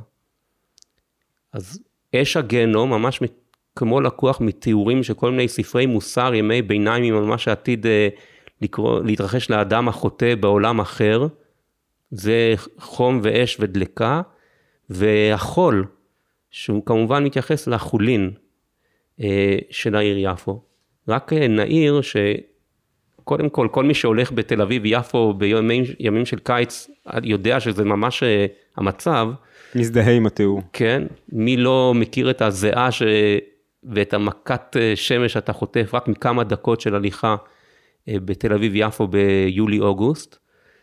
אז אש הגהנום, ממש כמו לקוח מתיאורים של כל מיני ספרי מוסר, ימי ביניים, ממש שעתיד להתרחש לאדם החוטא בעולם אחר, זה חום ואש ודלקה, והחול, שהוא כמובן מתייחס לחולין של העיר יפו. רק נעיר שקודם כל מי שהולך בתל אביב יפו בימים של קיץ, יודע שזה ממש המצב. מזדהה עם התיאור. כן, מי לא מכיר את הזיעה ואת המכת שמש שאתה חוטף רק מכמה דקות של הליכה בתל אביב יפו ביולי-אוגוסט.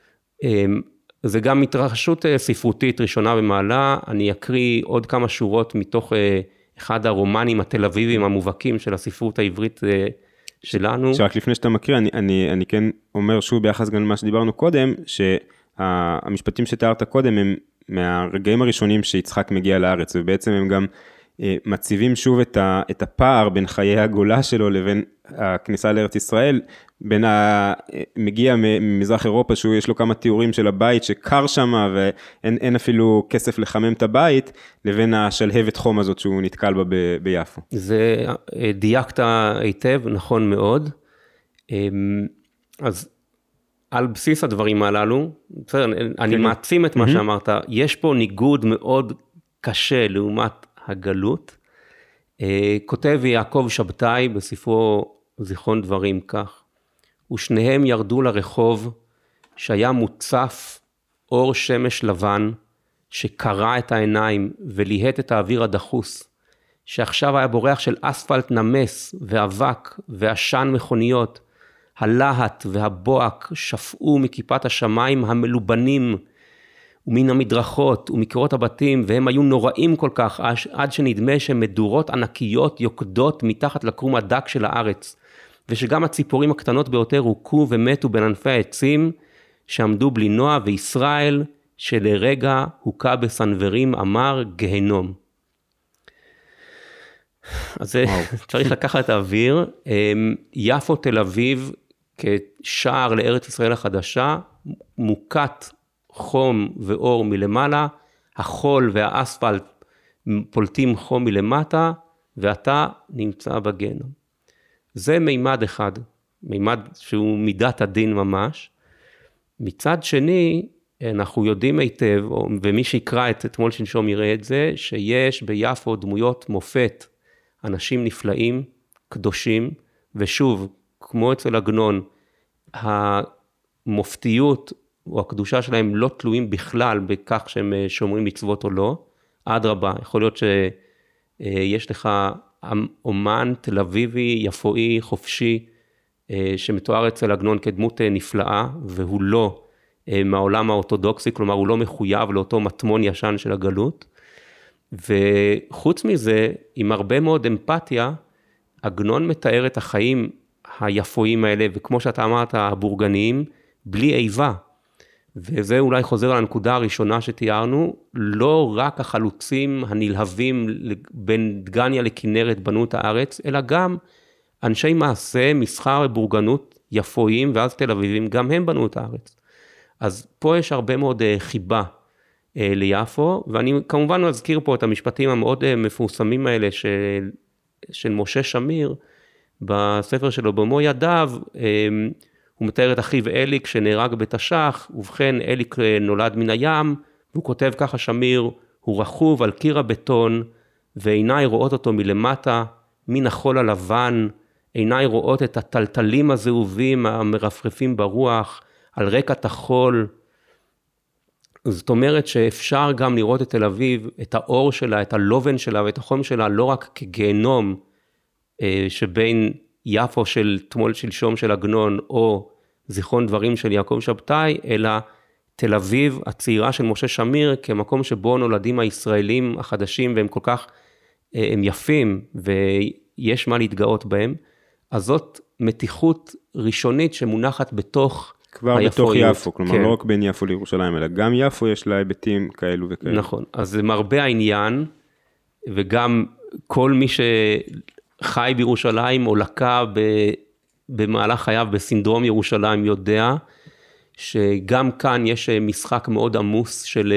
זה גם התרחשות ספרותית ראשונה במעלה, אני אקריא עוד כמה שורות מתוך אחד הרומנים התל אביבים המובהקים של הספרות העברית שלנו. שרק לפני שאתה מקריא, אני כן אומר שוב ביחס גם למה שדיברנו קודם, שהמשפטים שתיארת קודם הם מהרגעים הראשונים שיצחק מגיע לארץ, ובעצם הם גם מציבים שוב את הפער בין חיי הגולה שלו לבין הכניסה לארץ ישראל, מגיע ממזרח אירופה שיש לו כמה תיאורים של הבית שקר שם ואין אפילו כסף לחמם את הבית, לבין השלהבת חום הזאת שהוא נתקל בה ביפו. זה דייקת היטב, נכון מאוד. אז על בסיס הדברים הללו, בסדר, אני מעצים את מה שאמרת, יש פה ניגוד מאוד קשה לעומת הגלות. כותב יעקב שבתאי בספרו זיכרון דברים כך, ושניהם ירדו לרחוב שהיה מוצף אור שמש לבן, שקרע את העיניים וליהט את האוויר הדחוס, שעכשיו היה בורח של אספלט נמס ואבק ועשן מכוניות, הלהט והבועק שפעו מכיפת השמיים המלובנים ומן המדרכות ומקרות הבתים, והם היו נוראים כל כך עד שנדמה שמדורות ענקיות יוקדות מתחת לקרום הדק של הארץ, ושגם הציפורים הקטנות ביותר הוכו ומתו בין ענפי העצים שעמדו בלי נוע, וישראל שלרגע הוקע בסנוורים אמר גהנום. אז צריך לקחת את האוויר. יפו תל אביב כשער לארץ ישראל החדשה, מוקת חום ואור מלמעלה, החול והאספלט פולטים חום מלמטה, ואתה נמצא בגיהנום. זה מימד אחד, מימד שהוא מידת הדין ממש. מצד שני, אנחנו יודעים היטב, ומי שיקרא את אתמול שלשום יראה את זה, שיש ביפו דמויות מופת, אנשים נפלאים, קדושים, ושוב, כמו אצל עגנון, המופתיות או הקדושה שלהם לא תלויים בכלל בכך שהם שומרים מצוות או לא. אדרבה, יכול להיות שיש לך אומן תל אביבי, יפואי, חופשי, שמתואר אצל עגנון כדמות נפלאה, והוא לא מהעולם האורתודוקסי, כלומר הוא לא מחויב לאותו מטמון ישן של הגלות. וחוץ מזה, עם הרבה מאוד אמפתיה, עגנון מתאר את החיים היפואים האלה, וכמו שאתה אמרת, הבורגניים, בלי איבה. וזה אולי חוזר על הנקודה הראשונה שתיארנו, לא רק החלוצים הנלהבים בין דגניה לכנרת בנו את הארץ, אלא גם אנשי מעשה, מסחר ובורגנות יפואים, ואז תל אביבים, גם הם בנו את הארץ. אז פה יש הרבה מאוד חיבה ליפו, ואני כמובן מזכיר פה את המשפטים המאוד מפורסמים האלה של משה שמיר, בספר שלו במו ידיו, הוא מתאר את אחיו אליק שנהרג בתש"ח, ובכן אליק נולד מן הים, והוא כותב ככה שמיר, הוא רכוב על קיר הבטון, ועיניי רואות אותו מלמטה, מן החול הלבן, עיניי רואות את הטלטלים הזהובים המרפרפים ברוח, על רקע החול. זאת אומרת שאפשר גם לראות את תל אביב, את האור שלה, את הלובן שלה ואת החום שלה, לא רק כגיהנום שבין יפו של תמול שלשום של עגנון, או זיכרון דברים של יעקב שבתאי, אלא תל אביב הצעירה של משה שמיר, כמקום שבו נולדים הישראלים החדשים, והם כל כך, הם יפים, ויש מה להתגאות בהם. אז זאת מתיחות ראשונית שמונחת בתוך כבר בתוך יפו, כלומר כן. לא רק בין יפו לירושלים, אלא גם יפו יש לה היבטים כאלו וכאלו. נכון, אז זה מרבה העניין, וגם כל מי שחי בירושלים, או לקה במהלך חייו בסינדרום ירושלים, יודע שגם כאן יש משחק מאוד עמוס של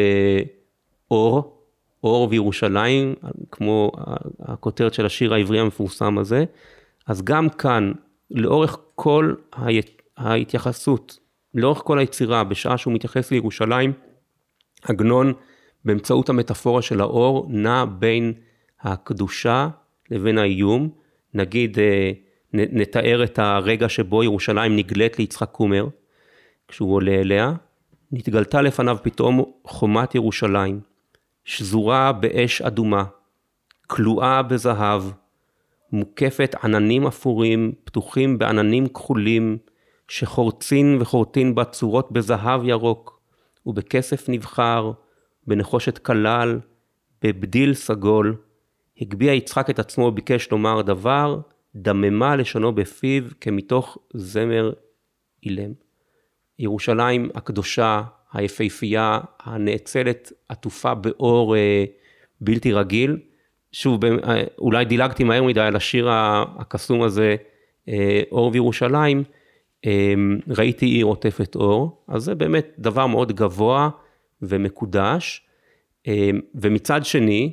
אור וירושלים, כמו הכותרת של השיר העברי המפורסם הזה. אז גם כאן, לאורך כל ההתייחסות, לאורך כל היצירה, בשעה שהוא מתייחס לירושלים, עגנון, באמצעות המטאפורה של האור, נע בין הקדושה לבין האיום. נגיד, נתאר את הרגע שבו ירושלים נגלית ליצחק קומר, כשהוא עולה אליה, נתגלתה לפניו פתאום חומת ירושלים, שזורה באש אדומה, כלואה בזהב, מוקפת עננים אפורים, פתוחים בעננים כחולים, שחורצין וחורטין בה צורות בזהב ירוק, ובכסף נבחר, בנחושת כלל, בבדיל סגול. הגביע יצחק את עצמו וביקש לומר דבר, דממה לשונו בפיו כמתוך זמר אילם. ירושלים הקדושה, היפהפייה, הנאצלת, עטופה באור בלתי רגיל, שוב, אולי דילגתי מהר מדי על השיר הקסום הזה, אור וירושלים, ראיתי עיר עוטפת אור, אז זה באמת דבר מאוד גבוה ומקודש, ומצד שני,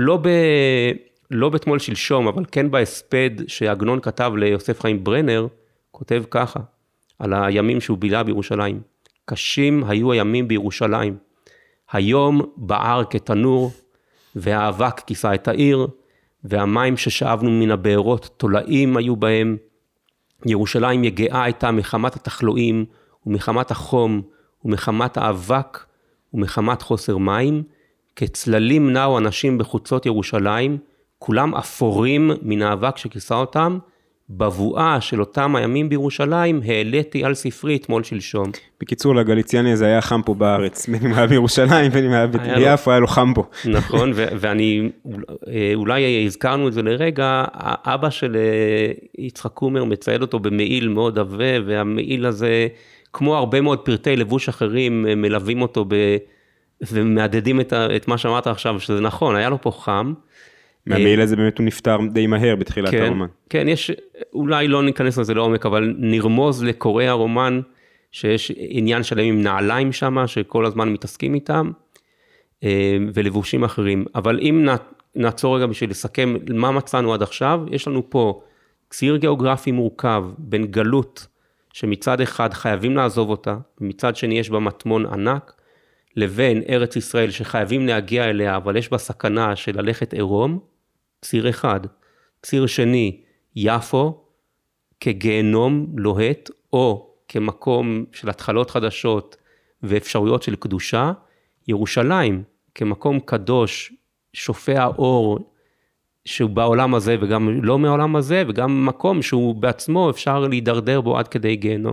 לא בתמול שלשום, אבל כן בהספד שעגנון כתב ליוסף חיים ברנר, כותב ככה, על הימים שהוא בילה בירושלים. קשים היו הימים בירושלים, היום בער כתנור, והאבק כיסה את העיר, והמים ששאבנו מן הבארות תולעים היו בהם. ירושלים יגעה הייתה מחמת התחלואים, ומחמת החום, ומחמת האבק, ומחמת חוסר מים. כצללים נעו אנשים בחוצות ירושלים, כולם אפורים מן האבק שכיסה אותם. בבואה של אותם הימים בירושלים, העליתי על ספרי אתמול שלשום. בקיצור, לגליציאני הזה היה חם פה בארץ, בין אם היה בירושלים, בין אם היה ביפו, היה לו חם פה. נכון, ואני, אולי הזכרנו את זה לרגע, האבא של יצחק קומר מצייד אותו במעיל מאוד עבה, והמעיל הזה, כמו הרבה מאוד פרטי לבוש אחרים, מלווים אותו ומעדדים את מה שאמרת עכשיו, שזה נכון, היה לו פה חם. מהמעיל הזה באמת הוא נפטר די מהר בתחילת הרומן. כן, יש, אולי לא ניכנס לזה לעומק, אבל נרמוז לקוראי הרומן, שיש עניין שלהם עם נעליים שם, שכל הזמן מתעסקים איתם, ולבושים אחרים. אבל אם נעצור רגע בשביל לסכם מה מצאנו עד עכשיו, יש לנו פה ציר גיאוגרפי מורכב, בין גלות, שמצד אחד חייבים לעזוב אותה, ומצד שני יש בה מטמון ענק, לבין ארץ ישראל שחייבים להגיע אליה, אבל יש בה סכנה של ללכת עירום, ציר אחד. ציר שני, יפו, כגיהנום לוהט, או כמקום של התחלות חדשות ואפשרויות של קדושה, ירושלים, כמקום קדוש, שופע אור, שהוא בעולם הזה וגם לא מהעולם הזה, וגם מקום שהוא בעצמו אפשר להידרדר בו עד כדי גיהנום.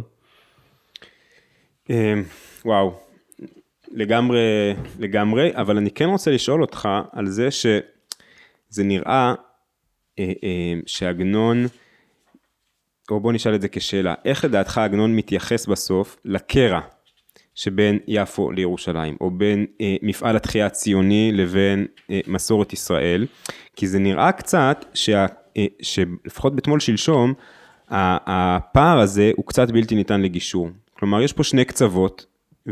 וואו. לגמרי, אבל אני כן רוצה לשאול אותך על זה שזה נראה שעגנון, או בוא נשאל את זה כשאלה, איך לדעתך עגנון מתייחס בסוף לקרע שבין יפו לירושלים, או בין מפעל התחייה הציוני לבין מסורת ישראל, כי זה נראה קצת שלפחות בתמול שלשום, הפער הזה הוא קצת בלתי ניתן לגישור. כלומר, יש פה שני קצוות,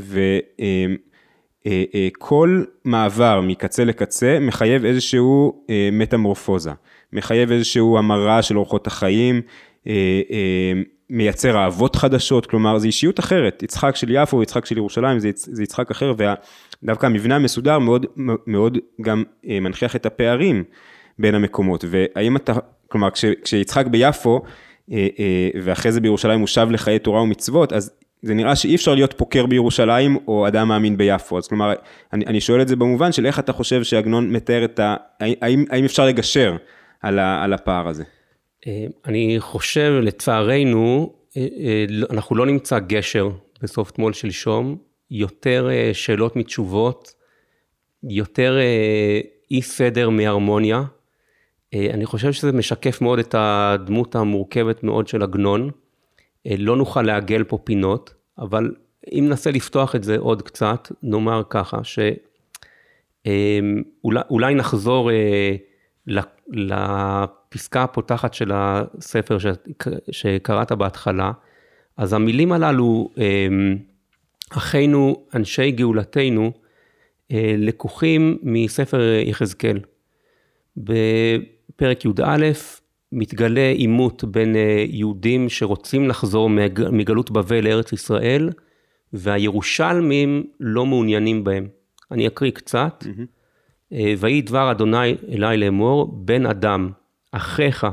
וכל מעבר מקצה לקצה מחייב איזשהו מטמורפוזה, מחייב איזשהו המרה של אורחות החיים, מייצר אהבות חדשות, כלומר זה אישיות אחרת, יצחק של יפו, יצחק של ירושלים, זה יצחק אחר, ודווקא המבנה המסודר מאוד, מאוד גם מנחיח את הפערים בין המקומות, והאם אתה, כלומר כשיצחק ביפו, ואחרי זה בירושלים הוא שב לחיי תורה ומצוות, אז זה נראה שאי אפשר להיות פוקר בירושלים, או אדם מאמין ביפו. אז כלומר, אני שואל את זה במובן של איך אתה חושב שעגנון מתאר האם אפשר לגשר על הפער הזה? אני חושב, לצערנו, אנחנו לא נמצא גשר בסוף תמול שלשום, יותר שאלות מתשובות, יותר אי סדר מהרמוניה. אני חושב שזה משקף מאוד את הדמות המורכבת מאוד של עגנון, לא נוכל לעגל פה פינות, אבל אם ננסה לפתוח את זה עוד קצת, נאמר ככה, שאולי נחזור לפסקה הפותחת של הספר שקראת בהתחלה, אז המילים הללו, אחינו אנשי גאולתנו, לקוחים מספר יחזקאל. בפרק י"א, מתגלה עימות בין יהודים שרוצים לחזור מגלות בבל לארץ ישראל, והירושלמים לא מעוניינים בהם. אני אקריא קצת. ויהי דבר אדוני אלי לאמור, בן אדם, אחיך,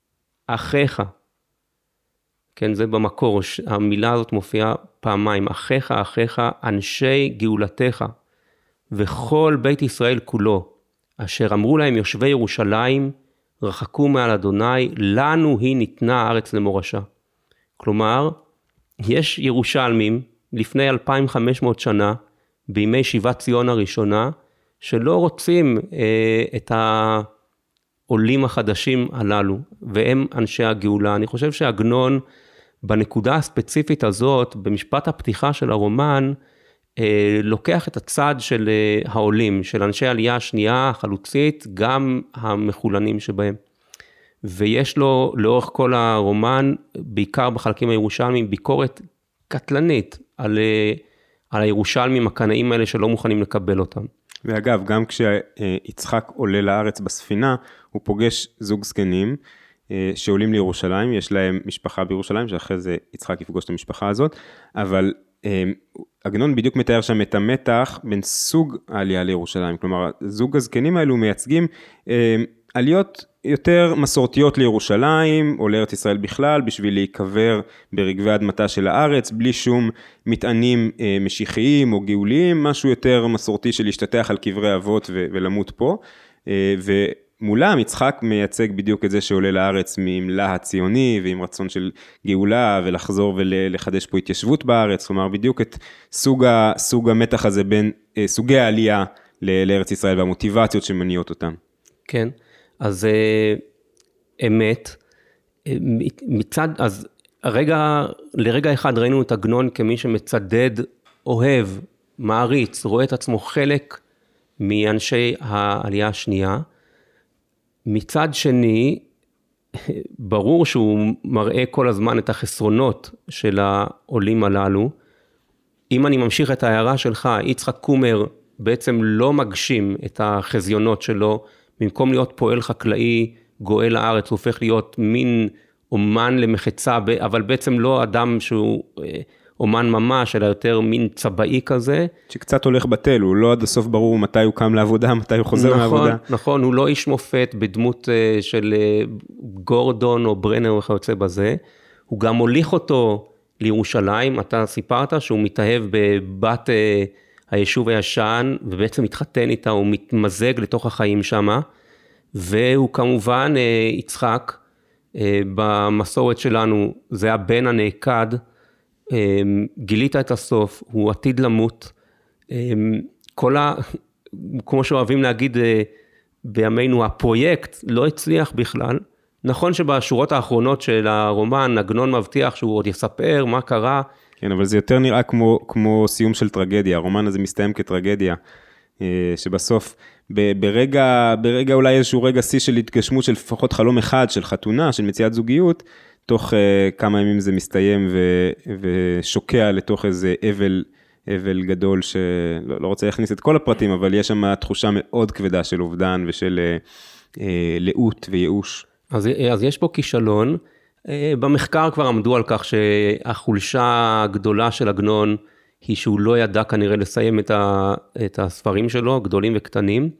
כן, זה במקור, המילה הזאת מופיעה פעמיים, אחיך, אנשי גאולתך, וכל בית ישראל כולו, אשר אמרו להם יושבי ירושלים, רחקו מעל אדוני, לנו היא ניתנה הארץ למורשה. כלומר, יש ירושלמים לפני 2500 שנה, בימי שיבת ציון הראשונה, שלא רוצים את העולים החדשים הללו, והם אנשי הגאולה. אני חושב שעגנון, בנקודה הספציפית הזאת, במשפט הפתיחה של הרומן, לוקח את הצד של העולים, של אנשי העלייה השנייה, החלוצית, גם המחולנים שבהם. ויש לו לאורך כל הרומן, בעיקר בחלקים הירושלמיים, ביקורת קטלנית על הירושלמים הקנאים האלה שלא מוכנים לקבל אותם. ואגב, גם כשיצחק עולה לארץ בספינה, הוא פוגש זוג זקנים שעולים לירושלים, יש להם משפחה בירושלים, שאחרי זה יצחק יפגוש את המשפחה הזאת, אבל עגנון בדיוק מתאר שם את המתח בין סוג העלייה לירושלים, כלומר, זוג הזקנים האלו מייצגים עליות יותר מסורתיות לירושלים, או לארץ ישראל בכלל, בשביל להיקבר ברגבי אדמתה של הארץ, בלי שום מטענים משיחיים או גאוליים, משהו יותר מסורתי של להשתתח על קברי אבות ולמות פה, ומולם יצחק מייצג בדיוק את זה שעולה לארץ עם להט ציוני, ועם רצון של גאולה, ולחזור ולחדש פה התיישבות בארץ, כלומר בדיוק את סוג המתח הזה בין סוגי העלייה לארץ ישראל, והמוטיבציות שמניעות אותם. כן. אז אמת, אז לרגע אחד ראינו את עגנון כמי שמצדד, אוהב, מעריץ, רואה את עצמו חלק מאנשי העלייה השנייה. מצד שני, ברור שהוא מראה כל הזמן את החסרונות של העולים הללו. אם אני ממשיך את ההערה שלך, יצחק קומר בעצם לא מגשים את החזיונות שלו, במקום להיות פועל חקלאי, גואל הארץ, הוא הופך להיות מין אומן למחצה, אבל בעצם לא אדם שהוא אומן ממש, אלא יותר מין צבאי כזה. שקצת הולך בתל, הוא לא עד הסוף ברור מתי הוא קם לעבודה, מתי הוא חוזר לעבודה. נכון, הוא לא איש מופת בדמות של גורדון או ברנר וכיוצא בזה. הוא גם הוליך אותו לירושלים, אתה סיפרת שהוא מתאהב בבת היישוב הישן, ובעצם מתחתן איתה, הוא מתמזג לתוך החיים שם, והוא כמובן יצחק, במסורת שלנו, זה הבן הנעקד, גילית את הסוף, הוא עתיד למות, כמו שאוהבים להגיד בימינו, הפרויקט לא הצליח בכלל, נכון שבשורות האחרונות של הרומן, עגנון מבטיח שהוא עוד יספר מה קרה, כן, אבל זה יותר נראה כמו סיום של טרגדיה, הרומן הזה מסתיים כטרגדיה, שבסוף, ברגע אולי איזשהו רגע שיא של התגשמות של לפחות חלום אחד, של חתונה, של מציאת זוגיות, תוך כמה ימים זה מסתיים ושוקע לתוך איזה אבל גדול, שלא רוצה להכניס את כל הפרטים, אבל יש שם תחושה מאוד כבדה של אובדן ושל לאות וייאוש. אז יש פה כישלון, במחקר כבר עמדו על כך שהחולשה הגדולה של עגנון היא שהוא לא ידע כנראה לסיים את הספרים שלו, גדולים וקטנים.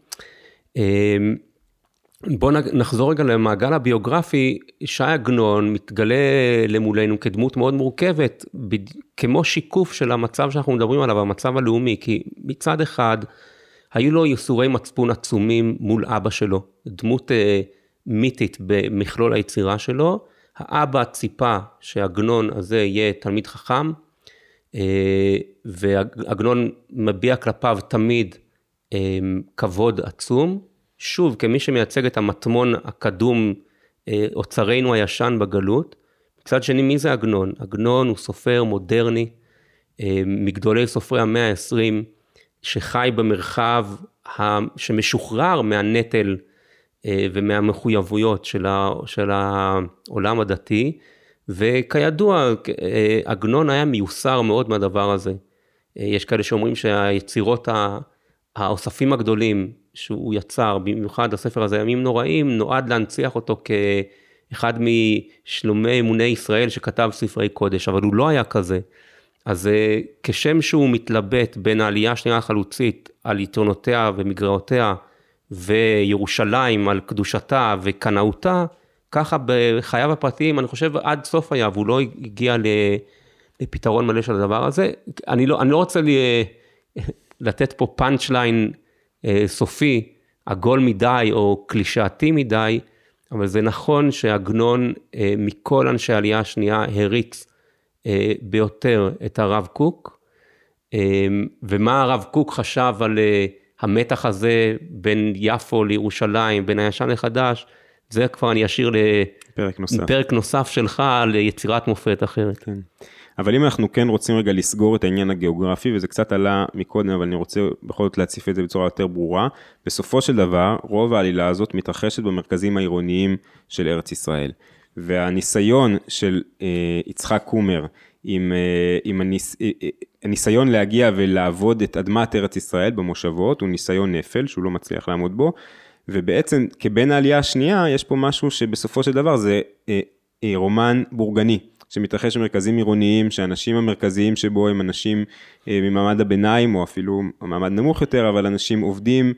בואו נחזור רגע למעגל הביוגרפי, שי עגנון מתגלה למולנו כדמות מאוד מורכבת, כמו שיקוף של המצב שאנחנו מדברים עליו, המצב הלאומי, כי מצד אחד היו לו ייסורי מצפון עצומים מול אבא שלו, דמות מיתית במכלול היצירה שלו, האבא ציפה שעגנון הזה יהיה תלמיד חכם, ועגנון מביע כלפיו תמיד כבוד עצום, שוב כמי שמייצג את המטמון הקדום, אוצרנו הישן בגלות, מצד שני מי זה עגנון? עגנון הוא סופר מודרני, מגדולי סופרי המאה ה-20, שחי במרחב שמשוחרר מהנטל, ומהמחויבויות של העולם הדתי, וכידוע, עגנון היה מיוסר מאוד מהדבר הזה. יש כאלה שאומרים שהיצירות, האוספים הגדולים שהוא יצר, במיוחד הספר הזה, ימים נוראים, נועד להנציח אותו כאחד משלומי אמוני ישראל שכתב ספרי קודש, אבל הוא לא היה כזה. אז כשם שהוא מתלבט בין העלייה השנייה החלוצית, על יתרונותיה ומגרעותיה, וירושלים על קדושתה וקנאותה, ככה בחייו הפרטיים, אני חושב עד סוף חייו, הוא לא הגיע לפתרון מלא של הדבר הזה. אני לא רוצה לתת פה פאנץ' ליין סופי, עגול מדי או קלישאתי מדי, אבל זה נכון שעגנון מכל אנשי העלייה השנייה הריץ ביותר את הרב קוק, ומה הרב קוק חשב על המתח הזה בין יפו לירושלים, בין הישן לחדש, זה כבר אני אשאיר לפרק נוסף שלך ליצירת מופת אחרת. כן. אבל אם אנחנו כן רוצים רגע לסגור את העניין הגיאוגרפי, וזה קצת עלה מקודם, אבל אני רוצה בכל זאת להציף את זה בצורה יותר ברורה, בסופו של דבר, רוב העלילה הזאת מתרחשת במרכזים העירוניים של ארץ ישראל. והניסיון של יצחק קומר, עם הניסיון להגיע ולעבוד את אדמת ארץ ישראל במושבות, הוא ניסיון נפל, שהוא לא מצליח לעמוד בו, ובעצם כבין העלייה השנייה, יש פה משהו שבסופו של דבר זה רומן בורגני, שמתרחש במרכזים עירוניים, שהאנשים המרכזיים שבו הם אנשים ממעמד הביניים, או אפילו מעמד נמוך יותר, אבל אנשים עובדים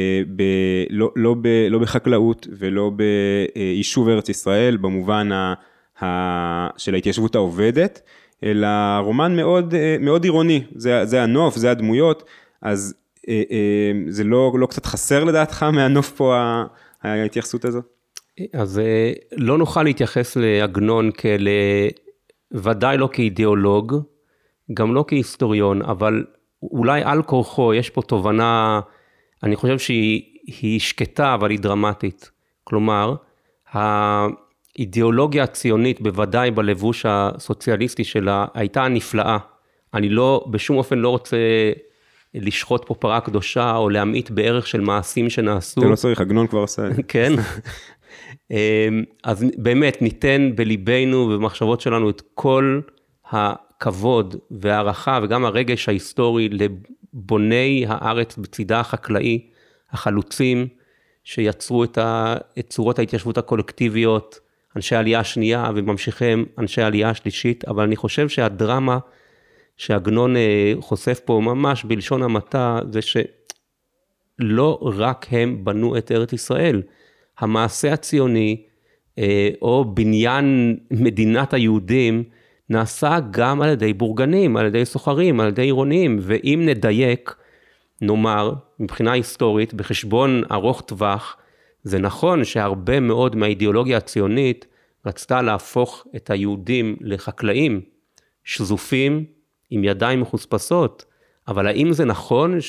לא בחקלאות, ולא ביישוב ארץ ישראל, במובן של ההתיישבות העובדת, אלא רומן מאוד, מאוד עירוני, זה הנוף, זה הדמויות, אז זה לא קצת חסר לדעתך מהנוף פה ההתייחסות הזו? אז לא נוכל להתייחס לעגנון ודאי לא כאידיאולוג, גם לא כהיסטוריון, אבל אולי על כורחו יש פה תובנה, אני חושב שהיא שקטה, אבל היא דרמטית. כלומר, האידיאולוגיה הציונית, בוודאי בלבוש הסוציאליסטי שלה, הייתה נפלאה. אני בשום אופן לא רוצה לשחוט פה פרה קדושה, או להמעיט בערך של מעשים שנעשו. אתה לא צריך, עגנון כבר עשה. כן. אז באמת ניתן בליבנו ובמחשבות שלנו את כל הכבוד והערכה וגם הרגש ההיסטורי לבוני הארץ בצידה החקלאי, החלוצים שיצרו את צורות ההתיישבות הקולקטיביות, אנשי העלייה השנייה וממשיכם אנשי העלייה השלישית, אבל אני חושב שהדרמה שעגנון חושף פה ממש בלשון המעטה, זה שלא רק הם בנו את ארץ ישראל, המעשה הציוני, או בניין מדינת היהודים, נעשה גם על ידי בורגנים, על ידי סוחרים, על ידי עירונים, ואם נדייק, נאמר, מבחינה היסטורית, בחשבון ארוך טווח, זה נכון שהרבה מאוד מהאידיאולוגיה הציונית, רצתה להפוך את היהודים לחקלאים, שזופים, עם ידיים מחוספסות, אבל האם זה נכון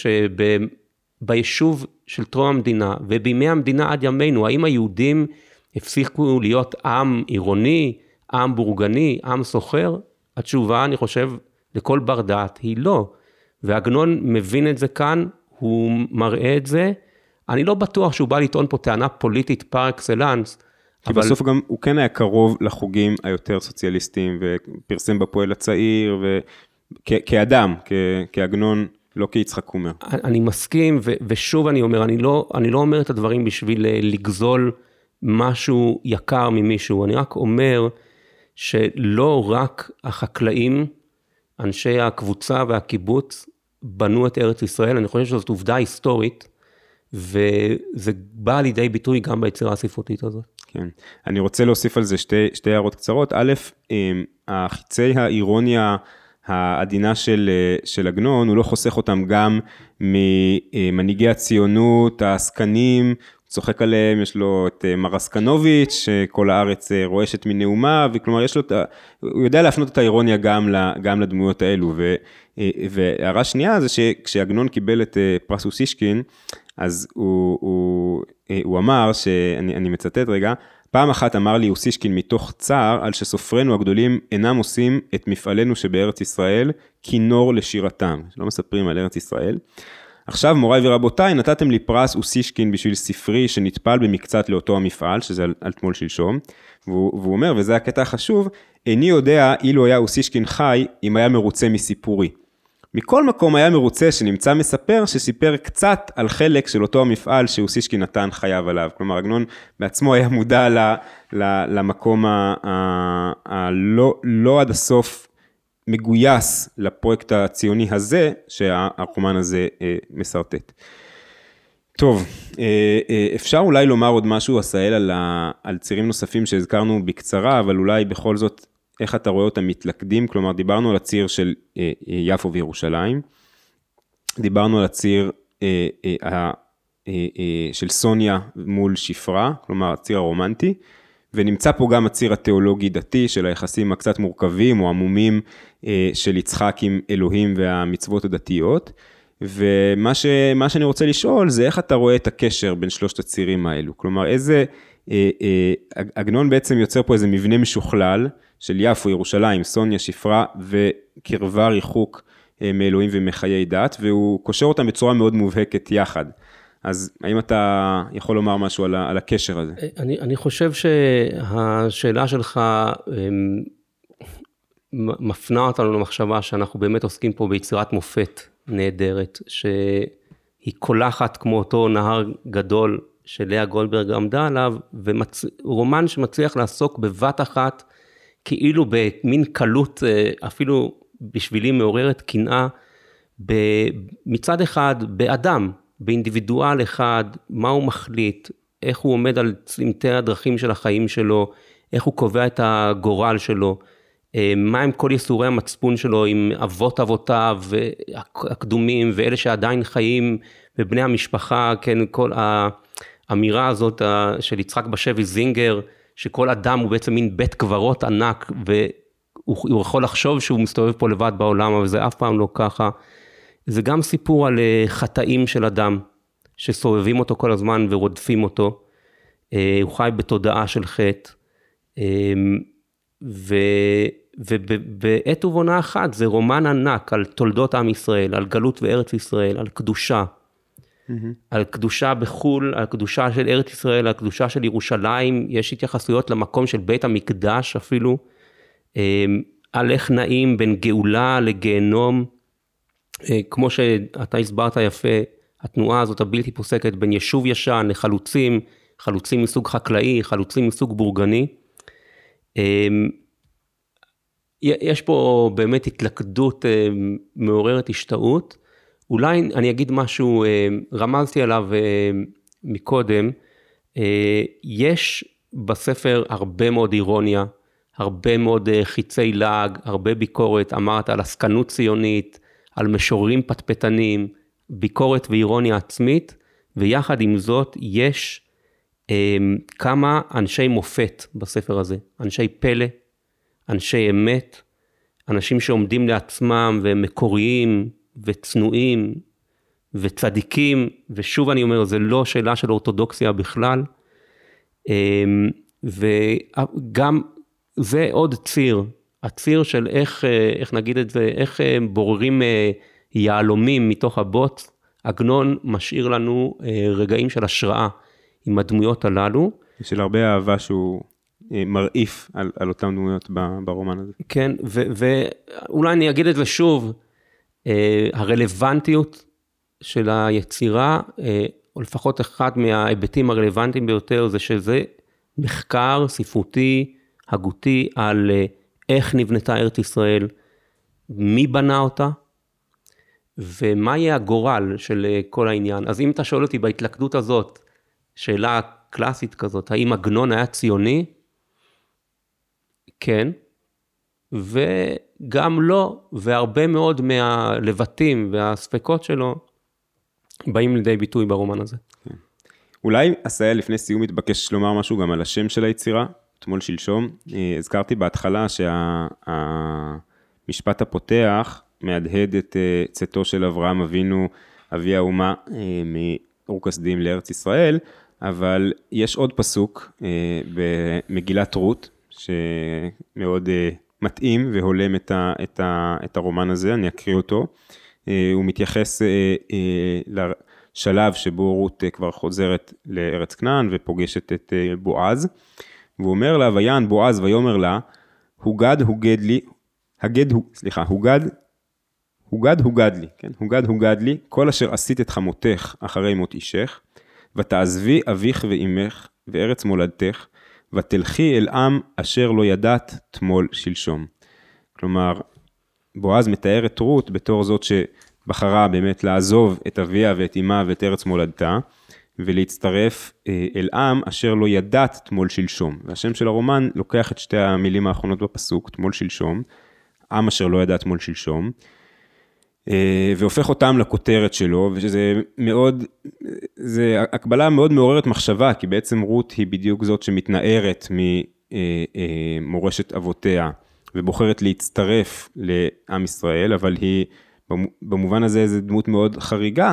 ביישוב של טרום המדינה, ובימי המדינה עד ימינו, האם היהודים הפסיקו להיות עם עירוני, עם בורגני, עם סוחר? התשובה, אני חושב, לכל בר דעת, היא לא. ועגנון מבין את זה כאן, הוא מראה את זה. אני לא בטוח שהוא בא לטעון פה טענה פוליטית פר אקסלנס. כי אבל בסוף גם הוא כן היה קרוב לחוגים היותר סוציאליסטיים, ופרסם בפועל הצעיר, כאדם, כעגנון, לא כיצחק קומר. אני מסכים, ושוב אני אומר, אני לא אומר את הדברים בשביל לגזול משהו יקר ממישהו, אני רק אומר שלא רק החקלאים, אנשי הקבוצה והקיבוץ, בנו את ארץ ישראל, אני חושב שזאת עובדה היסטורית, וזה בא לידי ביטוי גם ביצירה הספרותית הזאת. כן, אני רוצה להוסיף על זה שתי הערות קצרות. א', החיצי האירוניה העדינה של עגנון, הוא לא חוסך אותם גם ממנהיגי הציונות, העסקנים, צוחק עליהם, יש לו את מר עסקנוביץ', שכל הארץ רועשת מנאומה, וכלומר יש לו, הוא יודע להפנות את האירוניה גם לדמויות האלו, והערה שנייה זה שכשעגנון קיבל את פרס אוסישקין, אז הוא אמר, שאני מצטט רגע, פעם אחת אמר לי אוסישקין מתוך צער, על שסופרנו הגדולים אינם עושים את מפעלנו שבארץ ישראל, כינור לשירתם, לא מספרים על ארץ ישראל. עכשיו מוריי ורבותיי, נתתם לי פרס אוסישקין בשביל ספרי שנטפל במקצת לאותו המפעל, שזה על תמול שלשום, והוא אומר, וזה הקטע החשוב, איני יודע אילו היה אוסישקין חי, אם היה מרוצה מסיפורי. מכל מקום היה מרוצה שנמצא מספר, שסיפר קצת על חלק של אותו המפעל שאוסישקין נתן חייו עליו. כלומר, עגנון בעצמו היה מודע למקום לא עד הסוף מגויס לפרויקט הציוני הזה, שהרומן הזה מסרטט. טוב, אפשר אולי לומר עוד משהו, עשאל, על צירים נוספים שהזכרנו בקצרה, אבל אולי בכל זאת, איך אתה רואה אותם מתלכדים? כלומר, דיברנו על הציר של יפו וירושלים, דיברנו על הציר של סוניה מול שפרה, כלומר, הציר הרומנטי, ונמצא פה גם הציר התיאולוגי-דתי של היחסים הקצת מורכבים או עמומים של יצחק עם אלוהים והמצוות הדתיות, ומה שאני רוצה לשאול זה איך אתה רואה את הקשר בין שלושת הצירים האלו, כלומר איזה עגנון בעצם יוצר פה איזה מבנה משוכלל של יפו, ירושלים, סוניה, שפרה וקרבה ריחוק מאלוהים ומחיי דת, והוא קושר אותם בצורה מאוד מובהקת יחד. אז האם אתה יכול לומר משהו על הקשר הזה? אני חושב שהשאלה שלך מפנה אותנו למחשבה שאנחנו באמת עוסקים פה ביצירת מופת נהדרת, שהיא קולחת כמו אותו נהר גדול שלאה גולדברג עמדה עליו, ורומן שמצליח לעסוק בבת אחת, כאילו במין קלות, אפילו בשבילי מעוררת קנאה, מצד אחד באדם, באינדיבידואל אחד, מה הוא מחליט, איך הוא עומד על צמתי הדרכים של החיים שלו, איך הוא קובע את הגורל שלו, מה עם כל יסורי המצפון שלו, עם אבות אבותיו הקדומים, ואלה שעדיין חיים, ובני המשפחה, כן, כל האמירה הזאת של יצחק בשבי זינגר, שכל אדם הוא בעצם מין בית קברות ענק, והוא יכול לחשוב שהוא מסתובב פה לבד בעולם, אבל זה אף פעם לא ככה. זה גם סיפור על חטאים של אדם, שסובבים אותו כל הזמן ורודפים אותו, הוא חי בתודעה של חטא, ובעת ובעונה אחת זה רומן ענק על תולדות עם ישראל, על גלות וארץ ישראל, על קדושה, על קדושה בחול, על קדושה של ארץ ישראל, על קדושה של ירושלים, יש התייחסויות למקום של בית המקדש אפילו, על איך נעים בין גאולה לגיהנום, כמו שאתה הסברת יפה, התנועה הזאת הבלתי פוסקת בין יישוב ישן לחלוצים, חלוצים מסוג חקלאי, חלוצים מסוג בורגני, יש פה באמת התלכדות מעוררת השתאות, אולי אני אגיד משהו, רמזתי עליו מקודם, יש בספר הרבה מאוד אירוניה, הרבה מאוד חיצי לעג, הרבה ביקורת, אמרת על עסקנות ציונית, על משוררים פטפטנים, ביקורת ואירוניה עצמית, ויחד עם זאת יש כמה אנשי מופת בספר הזה, אנשי פלא, אנשי אמת, אנשים שעומדים לעצמם ומקוריים וצנועים וצדיקים, ושוב אני אומר, זה לא שאלה של אורתודוקסיה בכלל, וגם זה עוד ציר, הציר של איך נגיד את זה, איך בוררים יעלומים מתוך הבוט, עגנון משאיר לנו רגעים של השראה עם הדמויות הללו. של הרבה אהבה שהוא מרעיף על אותם דמויות ברומן הזה. כן, ואולי אני אגיד את זה שוב, הרלוונטיות של היצירה, או לפחות אחד מההיבטים הרלוונטיים ביותר, זה שזה מחקר ספרותי, הגותי, על איך נבנתה ארץ ישראל, מי בנה אותה, ומה יהיה הגורל של כל העניין. אז אם אתה שואל אותי בהתלכדות הזאת, שאלה קלאסית כזאת, האם עגנון היה ציוני? כן, וגם לא, והרבה מאוד מהלבטים והספקות שלו, באים לידי ביטוי ברומן הזה. כן. אולי עשיה לפני סיום מתבקש לומר משהו גם על השם של היצירה, אתמול שלשום, הזכרתי בהתחלה שהמשפט הפותח מהדהד את צאתו של אברהם אבינו, אבי האומה מאור כשדים לארץ ישראל, אבל יש עוד פסוק במגילת רות, שמאוד מתאים והולם את הרומן הזה, אני אקריא אותו. הוא מתייחס לשלב שבו רות כבר חוזרת לארץ כנען ופוגשת את בועז, והוא אומר לה, ויען בועז ויאמר לה, הוגד לי, הוגד לי, כל אשר עשית את חמותך אחרי מות אישך, ותעזבי אביך ואימך וארץ מולדתך, ותלכי אל עם אשר לא ידעת תמול שלשום. כלומר, בועז מתאר את רות בתור זאת שבחרה באמת לעזוב את אביה ואת אימה ואת ארץ מולדתה, ולהצטרף אל עם אשר לא ידעת תמול שלשום. והשם של הרומן לוקח את שתי המילים האחרונות בפסוק, תמול שלשום, עם אשר לא ידעת תמול שלשום, והופך אותם לכותרת שלו, ושזה מאוד, זה הקבלה מאוד מעוררת מחשבה, כי בעצם רות היא בדיוק זאת שמתנערת ממורשת אבותיה, ובוחרת להצטרף לעם ישראל, אבל היא במובן הזה זו דמות מאוד חריגה,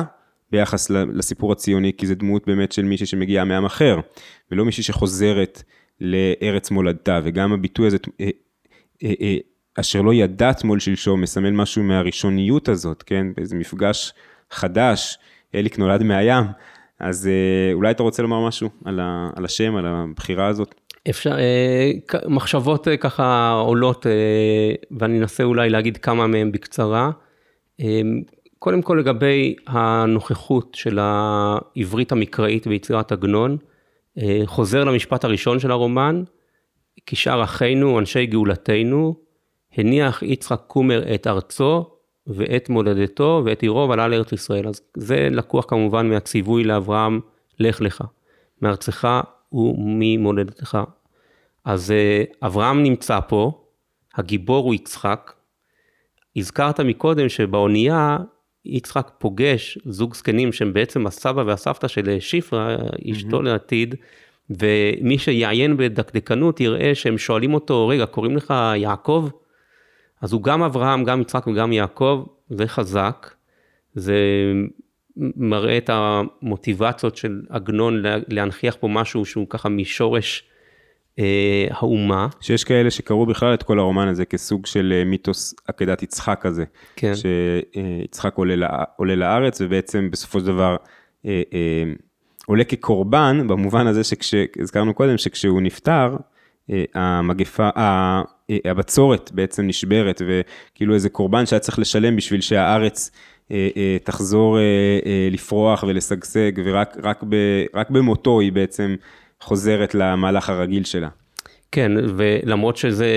ביחס לסיפור הציוני, כי זה דמות באמת של מישהי שמגיעה מעם אחר, ולא מישהי שחוזרת לארץ מולדתה, וגם הביטוי הזה, אשר לא ידע תמול שלשום, מסמל משהו מהראשוניות הזאת, כן? באיזה מפגש חדש, אליק נולד מהים, אז אולי אתה רוצה לומר משהו על השם, על הבחירה הזאת? אפשר, מחשבות ככה עולות, ואני אנסה אולי להגיד כמה מהם בקצרה. קודם כל לגבי הנוכחות של העברית המקראית ביצירת עגנון, חוזר למשפט הראשון של הרומן, כשאר אחינו, אנשי גאולתנו, הניח יצחק קומר את ארצו, ואת מולדתו, ואת עירו, ועלה לארץ ישראל. אז זה לקוח כמובן מהציווי לאברהם, לך לך, מארצך וממולדתך. אז אברהם נמצא פה, הגיבור הוא יצחק. הזכרת מקודם שבאונייה, יצחק פוגש זוג זקנים, שהם בעצם הסבא והסבתא של שפרה, אשתו לעתיד, ומי שיעיין בדקדקנות יראה שהם שואלים אותו, רגע, קוראים לך יעקב? אז הוא גם אברהם, גם יצחק וגם יעקב, זה חזק, זה מראה את המוטיבציות של עגנון להנכיח פה משהו שהוא ככה משורש האומה. שיש כאלה שקראו בכלל את כל הרומן הזה כסוג של מיתוס עקדת יצחק הזה, כן. שיצחק עולה לארץ ובעצם בסופו של דבר עולה כקורבן, במובן הזה שהזכרנו קודם שכשהוא נפטר, המגפה, הבצורת בעצם נשברת, וכאילו איזה קורבן שהיה צריך לשלם בשביל שהארץ תחזור לפרוח ולשגשג, ורק במותו היא בעצם חוזרת למהלך הרגיל שלה. כן, ולמרות שזה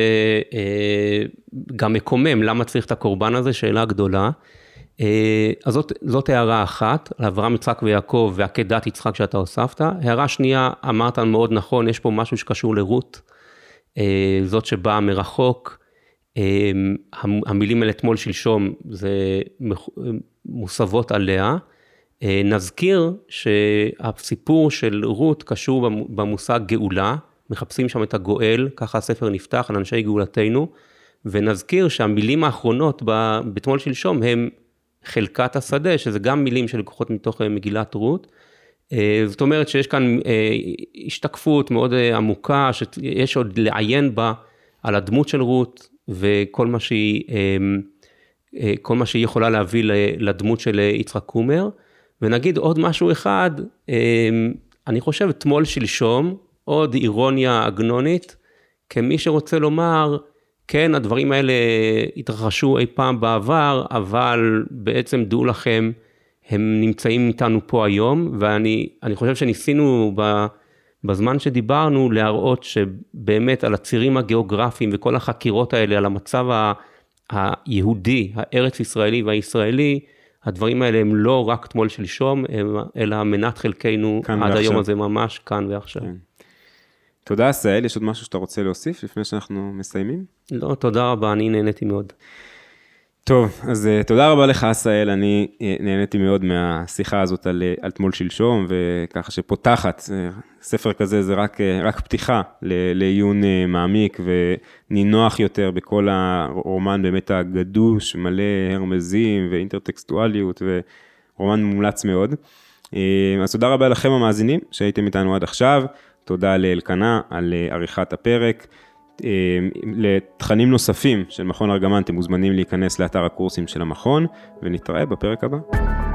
גם מקומם, למה צריך את הקורבן הזה? שאלה גדולה. אז זאת הערה אחת, אברהם, יצחק ויעקב ועקדת יצחק שאתה הוספת. הערה שנייה, אמרת מאוד נכון, יש פה משהו שקשור לרות, זאת שבאה מרחוק, המילים האלה אתמול שלשום, זה מוסבות עליה. נזכיר שהסיפור של רות קשור במושג גאולה, מחפשים שם את הגואל, ככה הספר נפתח על אנשי גאולתנו, ונזכיר שהמילים האחרונות בתמול שלשום הם חלקת השדה, שזה גם מילים שלקוחות מתוך מגילת רות. זאת אומרת שיש כאן השתקפות מאוד עמוקה, שיש עוד לעיין בה על הדמות של רות, וכל מה שהיא יכולה להביא לדמות של יצחק קומר. ונגיד עוד משהו אחד, אני חושב תמול שלשום, עוד אירוניה עגנונית, כמי שרוצה לומר, כן, הדברים האלה התרחשו אי פעם בעבר, אבל בעצם דעו לכם, הם נמצאים איתנו פה היום, ואני חושב שניסינו בזמן שדיברנו, להראות שבאמת על הצירים הגיאוגרפיים, וכל החקירות האלה, על המצב היהודי, הארץ ישראלי והישראלי, הדברים האלה הם לא רק תמול שלשום, אלא מנת חלקנו עד היום הזה ממש כאן ועכשיו. כן. תודה, עשאל, יש עוד משהו שאתה רוצה להוסיף לפני שאנחנו מסיימים? לא, תודה רבה, אני נהניתי מאוד. טוב, אז תודה רבה לך, עשאל, אני נהניתי מאוד מהשיחה הזאת על תמול שלשום, וככה שפותחת, ספר כזה זה רק פתיחה לעיון מעמיק, ונינוח יותר בכל הרומן באמת הגדוש, מלא הרמזים ואינטרטקסטואליות, ורומן מומלץ מאוד. אז תודה רבה לכם המאזינים שהייתם איתנו עד עכשיו, תודה לאלקנה על עריכת הפרק, לתכנים נוספים של מכון ארגמן, אתם מוזמנים להיכנס לאתר הקורסים של המכון, ונתראה בפרק הבא.